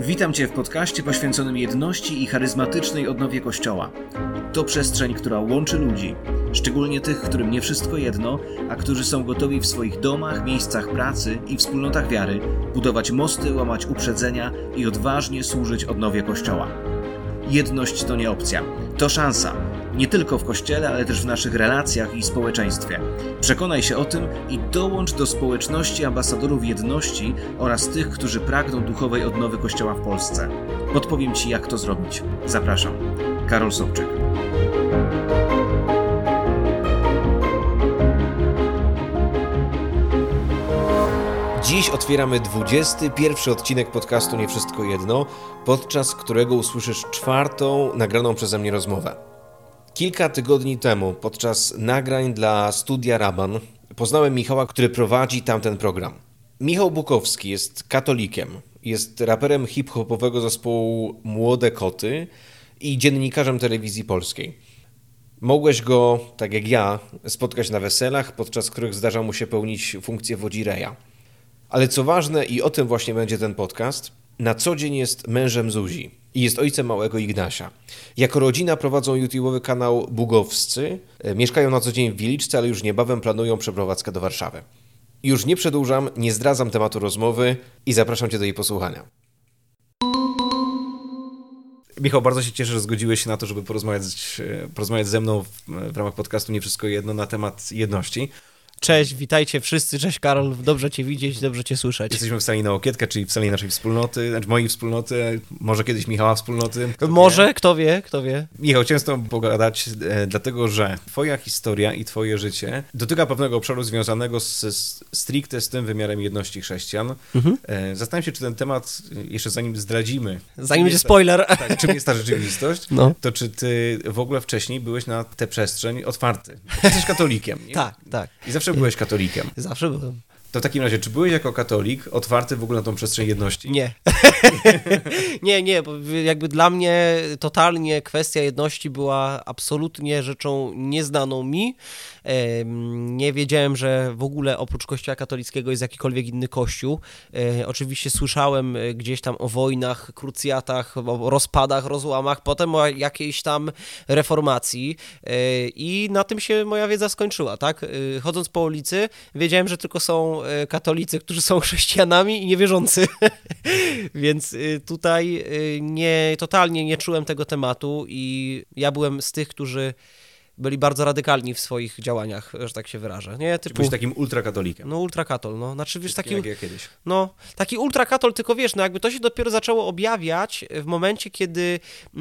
Witam Cię w podcaście poświęconym jedności i charyzmatycznej odnowie Kościoła. To przestrzeń, która łączy ludzi, szczególnie tych, którym nie wszystko jedno, a którzy są gotowi w swoich domach, miejscach pracy i wspólnotach wiary budować mosty, łamać uprzedzenia i odważnie służyć odnowie Kościoła. Jedność to nie opcja, to szansa. Nie tylko w Kościele, ale też w naszych relacjach i społeczeństwie. Przekonaj się o tym i dołącz do społeczności ambasadorów jedności oraz tych, którzy pragną duchowej odnowy Kościoła w Polsce. Podpowiem Ci, jak to zrobić. Zapraszam. Karol Sobczyk. Dziś otwieramy 21 odcinek podcastu Nie Wszystko Jedno, podczas którego usłyszysz czwartą nagraną przeze mnie rozmowę. Kilka tygodni temu, podczas nagrań dla Studia Raban, poznałem Michała, który prowadzi tamten program. Michał Bukowski jest katolikiem, jest raperem hip-hopowego zespołu Młode Koty i dziennikarzem telewizji polskiej. Mogłeś go, tak jak ja, spotkać na weselach, podczas których zdarza mu się pełnić funkcję wodzireja. Ale co ważne, i o tym właśnie będzie ten podcast, na co dzień jest mężem Zuzi i jest ojcem małego Ignasia. Jako rodzina prowadzą YouTube'owy kanał Bugowscy, mieszkają na co dzień w Wiliczce, ale już niebawem planują przeprowadzkę do Warszawy. Już nie przedłużam, nie zdradzam tematu rozmowy i zapraszam Cię do jej posłuchania. Michał, bardzo się cieszę, że zgodziłeś się na to, żeby porozmawiać ze mną w ramach podcastu Nie Wszystko Jedno na temat jedności. Cześć, witajcie wszyscy, cześć Karol, dobrze Cię widzieć, dobrze Cię słyszeć. Jesteśmy w sali na Łokietkę, czyli w sali naszej wspólnoty, znaczy mojej wspólnoty, może kiedyś Michała wspólnoty. Kto wie. Michał, chciałem z Tobą pogadać, dlatego że Twoja historia i Twoje życie dotyka pewnego obszaru związanego stricte z tym wymiarem jedności chrześcijan. Zastanawiam się, czy ten temat, jeszcze zanim zdradzimy... Zanim będzie spoiler. Tak, czym jest ta rzeczywistość, to czy Ty w ogóle wcześniej byłeś na tę przestrzeń otwarty? Jesteś katolikiem, nie? Tak. I zawsze byłeś katolikiem. Zawsze byłem. To w takim razie, czy byłeś jako katolik otwarty w ogóle na tą przestrzeń jedności? Nie. Nie, bo jakby dla mnie totalnie kwestia jedności była absolutnie rzeczą nieznaną mi. Nie wiedziałem, że w ogóle oprócz Kościoła katolickiego jest jakikolwiek inny kościół. Oczywiście słyszałem gdzieś tam o wojnach, krucjatach, o rozpadach, rozłamach, potem o jakiejś tam reformacji i na tym się moja wiedza skończyła, tak? Chodząc po ulicy, wiedziałem, że tylko są katolicy, którzy są chrześcijanami i niewierzący. Więc tutaj totalnie nie czułem tego tematu i ja byłem z tych, którzy byli bardzo radykalni w swoich działaniach, że tak się wyrażę. Nie, typu... Byłeś takim ultrakatolikiem. No ultrakatol, no. Znaczy, wiesz, taki... Jak ja kiedyś. No, taki ultrakatol, tylko wiesz, no jakby to się dopiero zaczęło objawiać w momencie, kiedy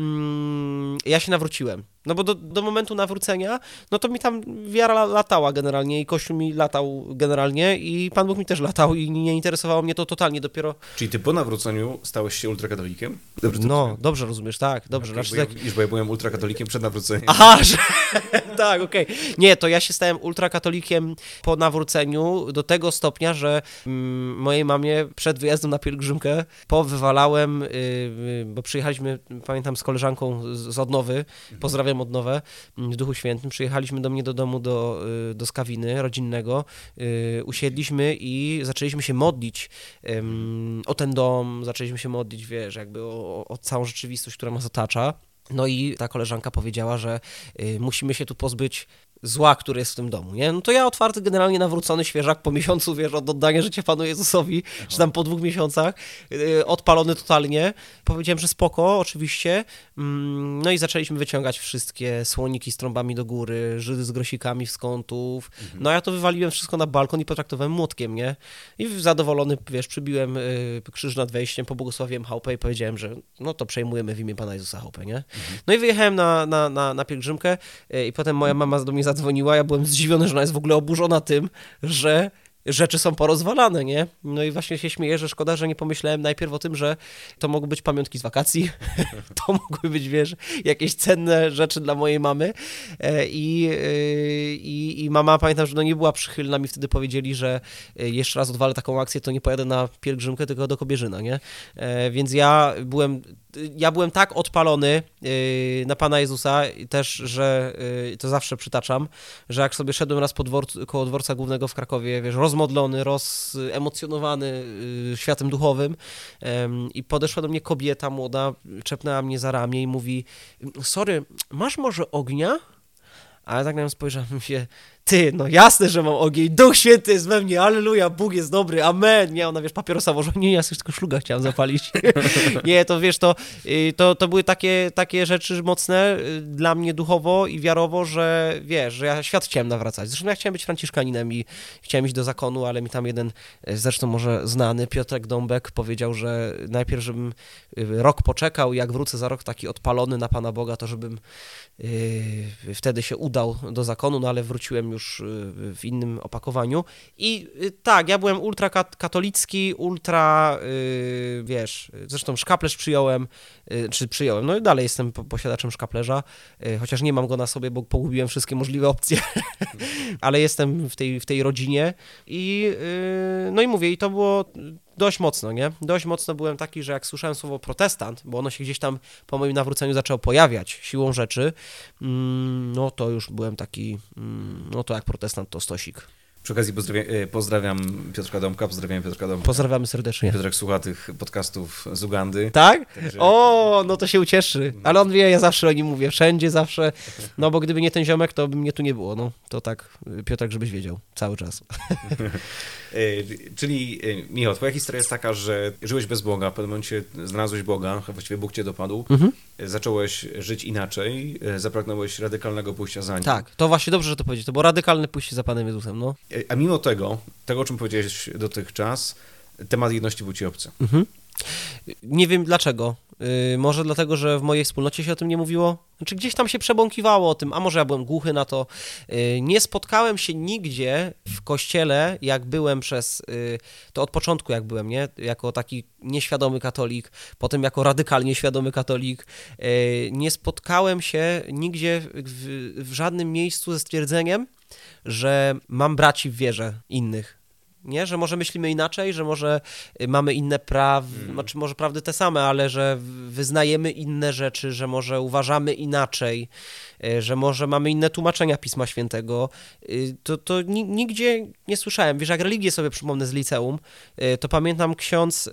ja się nawróciłem. No bo do momentu nawrócenia, no to mi tam wiara latała generalnie i Kościół mi latał generalnie i Pan Bóg mi też latał i nie interesowało mnie to totalnie dopiero. Czyli ty po nawróceniu stałeś się ultrakatolikiem? Dobrze rozumiesz, tak, dobrze. Okay, znaczy, bo ja byłem ultrakatolikiem przed nawróceniem. Aha, tak, okej. Nie, to ja się stałem ultrakatolikiem po nawróceniu do tego stopnia, że mojej mamie przed wyjazdem na pielgrzymkę powywalałem, bo przyjechaliśmy, pamiętam, z koleżanką z Odnowy, pozdrawiam Odnowę, w Duchu Świętym, przyjechaliśmy do mnie do domu, do Skawiny rodzinnego, usiedliśmy i zaczęliśmy się modlić o ten dom, zaczęliśmy się modlić, wiesz, jakby o całą rzeczywistość, która nas otacza. No i ta koleżanka powiedziała, że musimy się tu pozbyć zła, który jest w tym domu, nie? No to ja otwarty, generalnie nawrócony świeżak po miesiącu, wiesz, od oddania życia Panu Jezusowi, czy tam po 2 miesiącach, odpalony totalnie, powiedziałem, że spoko, oczywiście, no i zaczęliśmy wyciągać wszystkie słoniki z trąbami do góry, Żydy z grosikami z kątów, no ja to wywaliłem wszystko na balkon i potraktowałem młotkiem, nie? I zadowolony, wiesz, przybiłem krzyż nad wejściem, pobłogosławiłem chałupę i powiedziałem, że no to przejmujemy w imię Pana Jezusa chałupę, nie? No i wyjechałem na pielgrzymkę i potem moja mama do mnie zadzwoniła, ja byłem zdziwiony, że ona jest w ogóle oburzona tym, że rzeczy są porozwalane, nie? No i właśnie się śmieję, że szkoda, że nie pomyślałem najpierw o tym, że to mogły być pamiątki z wakacji, to mogły być, wiesz, jakieś cenne rzeczy dla mojej mamy i mama, pamiętam, że no nie była przychylna, mi wtedy powiedzieli, że jeszcze raz odwalę taką akcję, to nie pojadę na pielgrzymkę, tylko do Kobierzyna, nie? Więc ja byłem ja byłem tak odpalony na Pana Jezusa też, że to zawsze przytaczam, że jak sobie szedłem raz koło dworca głównego w Krakowie, wiesz, rozmodlony, rozemocjonowany światem duchowym i podeszła do mnie kobieta młoda, czepnęła mnie za ramię i mówi: sorry, masz może ognia? A ja tak na nią spojrzałem się: ty, no jasne, że mam ogień, Duch Święty jest we mnie, alleluja, Bóg jest dobry, amen. Nie, ona, wiesz, papierosa włożyła, nie, ja sobie tylko szluga chciałem zapalić. Nie, to wiesz, to były takie rzeczy mocne dla mnie duchowo i wiarowo, że wiesz, że ja świat chciałem nawracać. Zresztą ja chciałem być franciszkaninem i chciałem iść do zakonu, ale mi tam jeden, zresztą może znany, Piotrek Dąbek powiedział, że najpierw, żebym rok poczekał i jak wrócę za rok taki odpalony na Pana Boga, to żebym wtedy się udał do zakonu, no ale wróciłem już w innym opakowaniu. I tak, ja byłem ultra katolicki, ultra, wiesz, zresztą szkaplerz przyjąłem, no i dalej jestem posiadaczem szkaplerza, chociaż nie mam go na sobie, bo pogubiłem wszystkie możliwe opcje, ale jestem w tej rodzinie i no i mówię, i to było dość mocno, nie? Dość mocno byłem taki, że jak słyszałem słowo protestant, bo ono się gdzieś tam po moim nawróceniu zaczęło pojawiać siłą rzeczy, no to już byłem taki, no to jak protestant to stosik. Przy okazji pozdrawiam Piotrka Dąbka, Pozdrawiamy serdecznie. Piotrek słucha tych podcastów z Ugandy. Tak? Także... O, no to się ucieszy. Ale on wie, ja zawsze o nim mówię, wszędzie, zawsze. No bo gdyby nie ten ziomek, to by mnie tu nie było. No to tak, Piotrek, żebyś wiedział, cały czas. Czyli Michał, twoja historia jest taka, że żyłeś bez Boga, w pewnym momencie znalazłeś Boga, właściwie Bóg cię dopadł, zacząłeś żyć inaczej, zapragnąłeś radykalnego pójścia za Nim. Tak, to właśnie dobrze, że to powiedzieć, to było radykalne pójście za Panem Jezusem, no. A mimo tego, o czym powiedziałeś dotychczas, temat jedności był ci obcy. Nie wiem dlaczego. Może dlatego, że w mojej wspólnocie się o tym nie mówiło? Znaczy gdzieś tam się przebąkiwało o tym, a może ja byłem głuchy na to. Nie spotkałem się nigdzie w kościele, jak byłem to od początku jak byłem, nie? Jako taki nieświadomy katolik, potem jako radykalnie świadomy katolik. Nie spotkałem się nigdzie w żadnym miejscu ze stwierdzeniem, że mam braci w wierze innych. Nie, że może myślimy inaczej, że może mamy inne znaczy może prawdy te same, ale że wyznajemy inne rzeczy, że może uważamy inaczej, że może mamy inne tłumaczenia Pisma Świętego. To nigdzie nie słyszałem. Wiesz, jak religię sobie przypomnę z liceum, to pamiętam ksiądz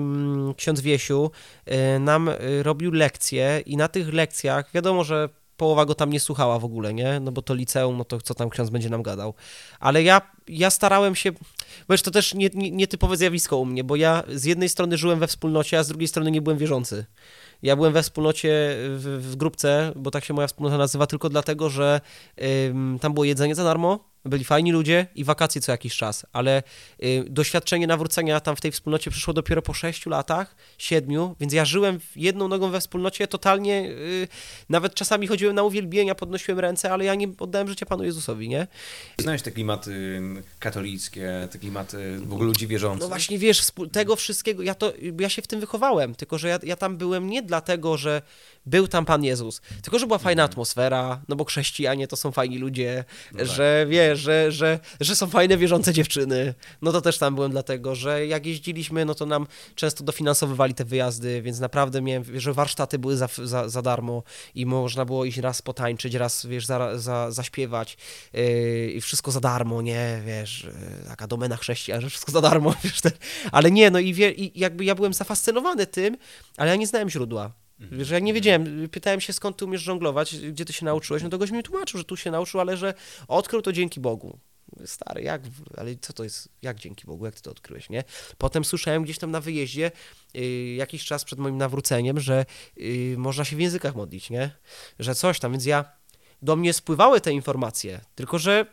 Wiesiu nam robił lekcje i na tych lekcjach, wiadomo, że połowa go tam nie słuchała w ogóle, nie? No bo to liceum, no to co tam ksiądz będzie nam gadał. Ale ja starałem się, wiesz, to też nietypowe zjawisko u mnie, bo ja z jednej strony żyłem we wspólnocie, a z drugiej strony nie byłem wierzący. Ja byłem we wspólnocie w grupce, bo tak się moja wspólnota nazywa, tylko dlatego, że tam było jedzenie za darmo, byli fajni ludzie i wakacje co jakiś czas, ale doświadczenie nawrócenia tam w tej wspólnocie przyszło dopiero po 6 latach, 7, więc ja żyłem jedną nogą we wspólnocie totalnie, nawet czasami chodziłem na uwielbienia, podnosiłem ręce, ale ja nie oddałem życia Panu Jezusowi, nie? Znałeś te klimaty katolickie, te klimaty w ogóle ludzi wierzących? No właśnie, wiesz, tego wszystkiego, ja się w tym wychowałem, tylko że ja tam byłem nie dlatego, że był tam Pan Jezus, tylko że była fajna atmosfera, no bo chrześcijanie to są fajni ludzie, no tak. Że wiesz, że są fajne wierzące dziewczyny, no to też tam byłem dlatego, że jak jeździliśmy, no to nam często dofinansowywali te wyjazdy, więc naprawdę miałem, że warsztaty były za darmo i można było iść raz potańczyć, raz, wiesz, zaśpiewać i wszystko za darmo, nie, wiesz, taka domena chrześcijan, że wszystko za darmo, wiesz, ale nie, no i jakby ja byłem zafascynowany tym, ale ja nie znałem źródła. Wiesz, ja nie wiedziałem, pytałem się, skąd ty umiesz żonglować, gdzie ty się nauczyłeś, no to goś mi tłumaczył, że tu się nauczył, ale że odkrył to dzięki Bogu. Stary, ale co to jest, jak dzięki Bogu, jak ty to odkryłeś, nie? Potem słyszałem gdzieś tam na wyjeździe, jakiś czas przed moim nawróceniem, że można się w językach modlić, nie? Że coś tam, więc do mnie spływały te informacje, tylko że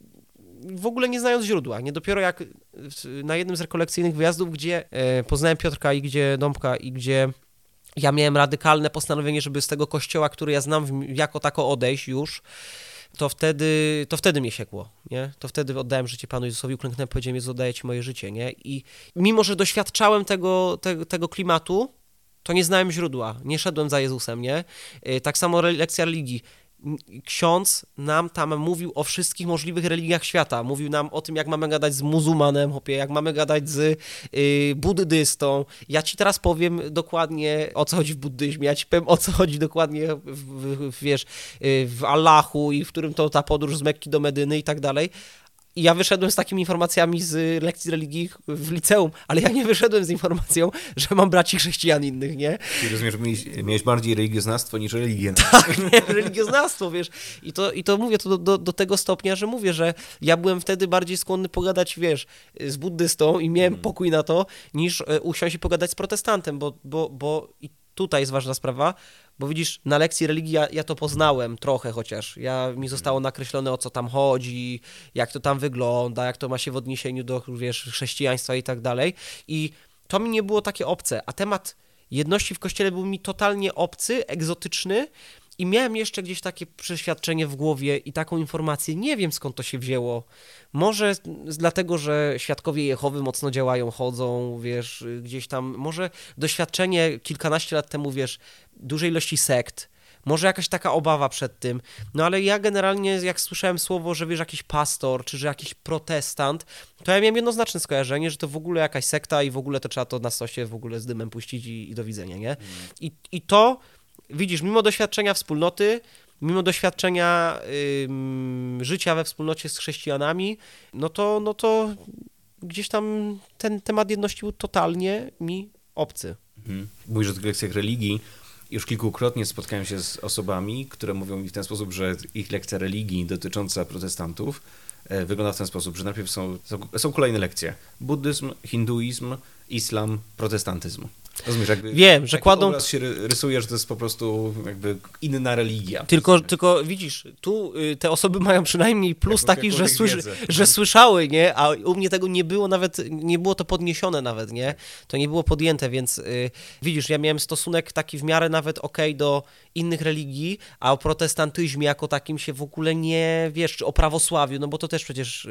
w ogóle nie znając źródła, nie? Dopiero jak na jednym z rekolekcyjnych wyjazdów, gdzie poznałem Piotrka i gdzie Dąbka i gdzie ja miałem radykalne postanowienie, żeby z tego kościoła, który ja znam, jako tako odejść już, to wtedy mnie siekło, nie? To wtedy oddałem życie Panu Jezusowi, uklęknąłem, powiedziałem: Jezu, oddaję Ci moje życie, nie? I mimo, że doświadczałem tego klimatu, to nie znałem źródła, nie szedłem za Jezusem, nie? Tak samo lekcja religii. ksiądz nam tam mówił o wszystkich możliwych religiach świata. Mówił nam o tym, jak mamy gadać z muzułmanem, jak mamy gadać z buddystą. Ja ci teraz powiem dokładnie, o co chodzi w buddyzmie, ja ci powiem, o co chodzi dokładnie w Allahu i w którym to ta podróż z Mekki do Medyny i tak dalej. I ja wyszedłem z takimi informacjami z lekcji religii w liceum, ale ja nie wyszedłem z informacją, że mam braci chrześcijan innych, nie? Czyli rozumiem, że miałeś bardziej religioznawstwo niż religię. Tak, nie, religioznawstwo, wiesz. I to mówię to do tego stopnia, że mówię, że ja byłem wtedy bardziej skłonny pogadać, wiesz, z buddystą i miałem pokój na to, niż usiąść i pogadać z protestantem, bo i tutaj jest ważna sprawa, bo widzisz, na lekcji religii ja to poznałem trochę chociaż. Mi zostało nakreślone, o co tam chodzi, jak to tam wygląda, jak to ma się w odniesieniu do, wiesz, chrześcijaństwa i tak dalej. I to mi nie było takie obce, a temat jedności w Kościele był mi totalnie obcy, egzotyczny i miałem jeszcze gdzieś takie przeświadczenie w głowie i taką informację, nie wiem skąd to się wzięło. Może dlatego, że świadkowie Jehowy mocno działają, chodzą, wiesz, gdzieś tam, może doświadczenie kilkanaście lat temu, wiesz, dużej ilości sekt, może jakaś taka obawa przed tym, no ale ja generalnie jak słyszałem słowo, że wiesz, jakiś pastor, czy że jakiś protestant, to ja miałem jednoznaczne skojarzenie, że to w ogóle jakaś sekta i w ogóle to trzeba to na stosie w ogóle z dymem puścić i do widzenia, nie? I to, widzisz, mimo doświadczenia wspólnoty, mimo doświadczenia życia we wspólnocie z chrześcijanami, no to gdzieś tam ten temat jedności był totalnie mi obcy. Mówisz o tych lekcjach religii. Już kilkukrotnie spotkałem się z osobami, które mówią mi w ten sposób, że ich lekcja religii dotycząca protestantów wygląda w ten sposób, że najpierw są kolejne lekcje. Buddyzm, hinduizm, islam, protestantyzm. Rozumiesz, jakby wiem, że kładą... obraz się rysuje, że to jest po prostu jakby inna religia. Tylko widzisz, tu te osoby mają przynajmniej plus taki, że słyszały, nie? A u mnie tego nie było nawet, nie było to podniesione nawet, nie? To nie było podjęte, więc widzisz, ja miałem stosunek taki w miarę nawet do innych religii, a o protestantyzmie jako takim się w ogóle nie, wiesz, czy o prawosławiu, no bo to też przecież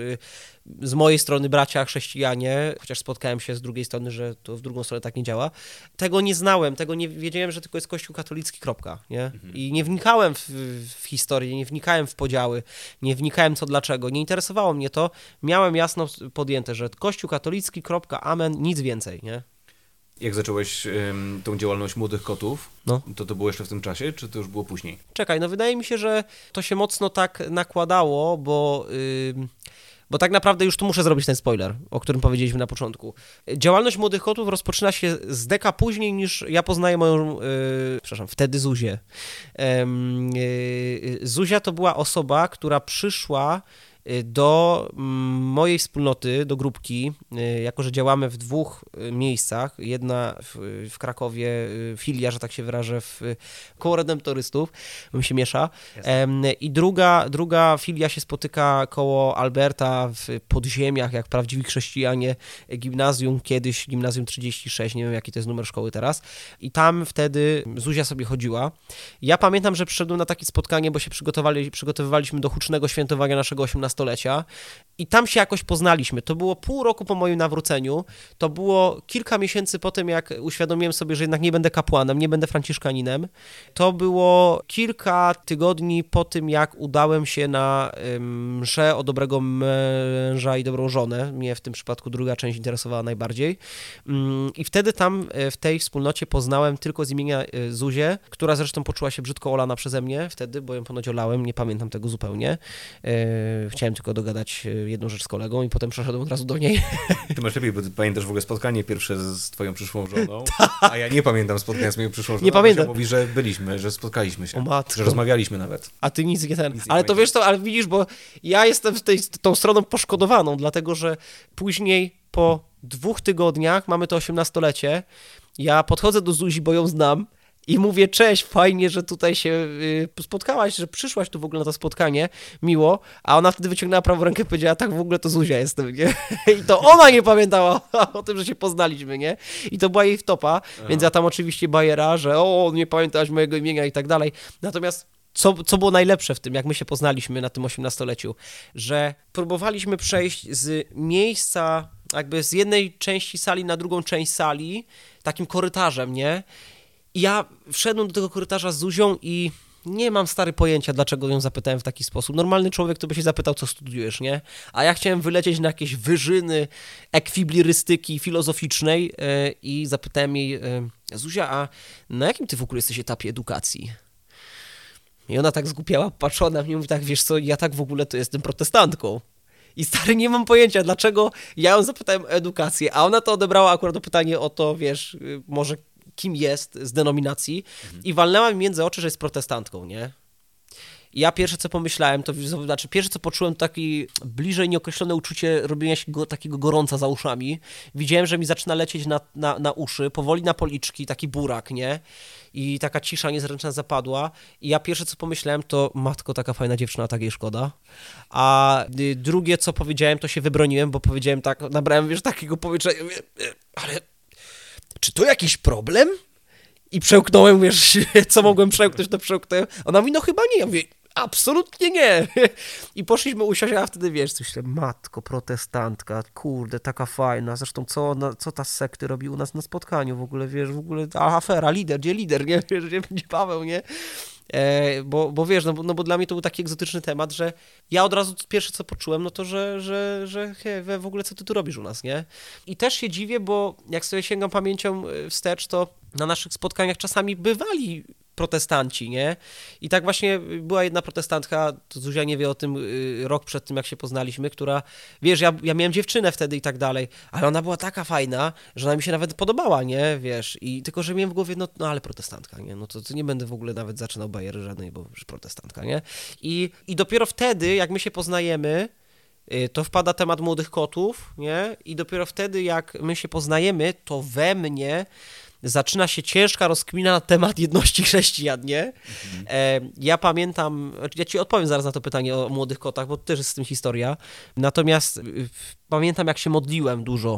z mojej strony bracia chrześcijanie, chociaż spotkałem się z drugiej strony, że to w drugą stronę tak nie działa. Tego nie znałem, tego nie wiedziałem, że tylko jest Kościół katolicki, kropka, nie? I nie wnikałem w historię, nie wnikałem w podziały, nie wnikałem co dlaczego, nie interesowało mnie to, miałem jasno podjęte, że Kościół katolicki, kropka, amen, nic więcej, nie? Jak zacząłeś tą działalność Młodych Kotów, no. to było jeszcze w tym czasie, czy to już było później? Czekaj, no wydaje mi się, że to się mocno tak nakładało, bo tak naprawdę już tu muszę zrobić ten spoiler, o którym powiedzieliśmy na początku. Działalność Młodych Kotów rozpoczyna się z deka później niż ja poznaję moją, wtedy Zuzię. Zuzia to była osoba, która przyszła do mojej wspólnoty, do grupki, jako że działamy w dwóch miejscach, jedna w Krakowie, filia, że tak się wyrażę, koło redemptorystów, bo mi się miesza, i druga filia się spotyka koło Alberta w podziemiach, jak prawdziwi chrześcijanie, gimnazjum, kiedyś gimnazjum 36, nie wiem jaki to jest numer szkoły teraz, i tam wtedy Zuzia sobie chodziła. Ja pamiętam, że przyszedłem na takie spotkanie, bo się przygotowywaliśmy do hucznego świętowania naszego 18-lecia i tam się jakoś poznaliśmy. To było pół roku po moim nawróceniu, to było kilka miesięcy po tym, jak uświadomiłem sobie, że jednak nie będę kapłanem, nie będę franciszkaninem. To było kilka tygodni po tym, jak udałem się na mszę o dobrego męża i dobrą żonę. Mnie w tym przypadku druga część interesowała najbardziej. I wtedy tam w tej wspólnocie poznałem tylko z imienia Zuzię, która zresztą poczuła się brzydko olana przeze mnie wtedy, bo ją ponoć olałem, nie pamiętam tego zupełnie. Chciałem tylko dogadać jedną rzecz z kolegą i potem przeszedłem od razu do niej. Ty masz lepiej, bo ty pamiętasz w ogóle spotkanie pierwsze z twoją przyszłą żoną, a ja nie pamiętam spotkania z moją przyszłą żoną. Nie pamiętam. Mówi, że byliśmy, że spotkaliśmy się, o matko. że rozmawialiśmy nawet. A ty nic nie ten. Ale to wiesz to, ale widzisz, bo ja jestem tą stroną poszkodowaną, dlatego że później po 2 tygodniach, mamy to 18-lecie, ja podchodzę do Zuzi, bo ją znam, i mówię, cześć, fajnie, że tutaj się spotkałaś, że przyszłaś tu w ogóle na to spotkanie, miło, a ona wtedy wyciągnęła prawą rękę i powiedziała, tak w ogóle to Zuzia jestem, nie? I to ona nie pamiętała o tym, że się poznaliśmy, nie? I to była jej wtopa, więc ja tam oczywiście bajera, że nie pamiętałaś mojego imienia i tak dalej, natomiast co było najlepsze w tym, jak my się poznaliśmy na tym 18-leciu, że próbowaliśmy przejść z miejsca, jakby z jednej części sali na drugą część sali, takim korytarzem, nie? I ja wszedłem do tego korytarza z Zuzią i Nie mam stary pojęcia, dlaczego ją zapytałem w taki sposób. Normalny człowiek to by się zapytał, co studiujesz, nie? A ja chciałem wylecieć na jakieś wyżyny ekwiblirystyki filozoficznej i zapytałem jej, Zuzia, a na jakim ty w ogóle jesteś etapie edukacji? I ona tak zgłupiała, patrzyła na mnie i mówi tak, wiesz co, ja tak w ogóle to jestem protestantką. I stary, nie mam pojęcia, dlaczego ja ją zapytałem o edukację, a ona to odebrała akurat do pytanie o to, wiesz, może kim jest z denominacji i walnęła mi między oczy, że jest protestantką, nie? I ja pierwsze, co pomyślałem, to znaczy pierwsze, co poczułem, to takie bliżej nieokreślone uczucie robienia się takiego gorąca za uszami. Widziałem, że mi zaczyna lecieć na uszy, powoli na policzki, taki burak, nie? I taka cisza niezręczna zapadła. I ja pierwsze, co pomyślałem, to matko, taka fajna dziewczyna, tak jej szkoda. A drugie, co powiedziałem, to się wybroniłem, bo powiedziałem tak, nabrałem, wiesz, takiego powietrza, ale czy to jakiś problem? I przełknąłem, wiesz, co mogłem przełknąć, to przełknąłem. Ona mówi, no chyba nie. Ja mówię, absolutnie nie. I poszliśmy usiąść, a wtedy, wiesz, coś matko, protestantka, kurde, taka fajna. Zresztą co ta z sekty robi u nas na spotkaniu w ogóle, wiesz, w ogóle afera, lider, gdzie lider, nie? Wiesz, gdzie Paweł, nie? Bo wiesz, bo dla mnie to był taki egzotyczny temat, że ja od razu pierwsze co poczułem, no to, że w ogóle co ty tu robisz u nas, nie? I też się dziwię, bo jak sobie sięgam pamięcią wstecz, to na naszych spotkaniach czasami bywali protestanci, nie? I tak właśnie była jedna protestantka, to Zuzia nie wie o tym, rok przed tym, jak się poznaliśmy, która, wiesz, ja miałem dziewczynę wtedy i tak dalej, ale ona była taka fajna, że ona mi się nawet podobała, nie? Wiesz, i tylko, że miałem w głowie, no ale protestantka, nie? No to nie będę w ogóle nawet zaczynał bajery żadnej, bo już protestantka, nie? I dopiero wtedy, jak my się poznajemy, to wpada temat młodych kotów, nie? I dopiero wtedy, jak my się poznajemy, to we mnie zaczyna się ciężka rozkmina na temat jedności chrześcijan, nie? Ja pamiętam, ja ci odpowiem zaraz na to pytanie o młodych kotach, bo też jest z tym historia. Natomiast pamiętam, jak się modliłem dużo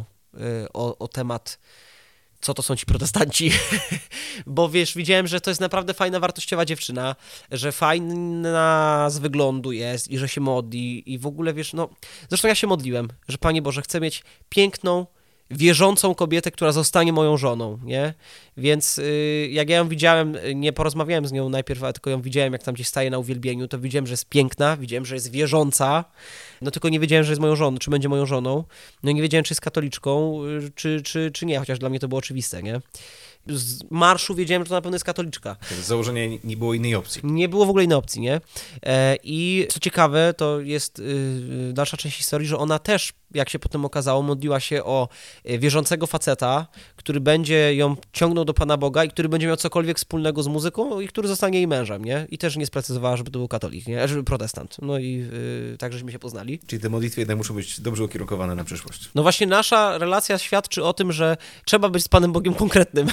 o temat, co to są ci protestanci, bo wiesz, widziałem, że to jest naprawdę fajna, wartościowa dziewczyna, że fajna z wyglądu jest i że się modli i w ogóle, wiesz, no, zresztą ja się modliłem, że Panie Boże, chcę mieć piękną, wierzącą kobietę, która zostanie moją żoną, nie? Więc jak ja ją widziałem, nie porozmawiałem z nią najpierw, ale tylko ją widziałem, jak tam gdzieś staje na uwielbieniu, to widziałem, że jest piękna, widziałem, że jest wierząca, no tylko nie wiedziałem, że jest moją żoną, czy będzie moją żoną, no i nie wiedziałem, czy jest katoliczką, czy nie, chociaż dla mnie to było oczywiste, nie? Z marszu wiedziałem, że to na pewno jest katoliczka. Z założenia nie było innej opcji. Nie było w ogóle innej opcji, nie? I co ciekawe, to jest dalsza część historii, że ona też, jak się potem okazało, modliła się o wierzącego faceta, który będzie ją ciągnął do Pana Boga i który będzie miał cokolwiek wspólnego z muzyką i który zostanie jej mężem, nie? I też nie sprecyzowała, żeby to był katolik, nie? Żeby protestant. No i tak, żeśmy się poznali. Czyli te modlitwy jednak muszą być dobrze ukierunkowane na przyszłość. No właśnie nasza relacja świadczy o tym, że trzeba być z Panem Bogiem konkretnym.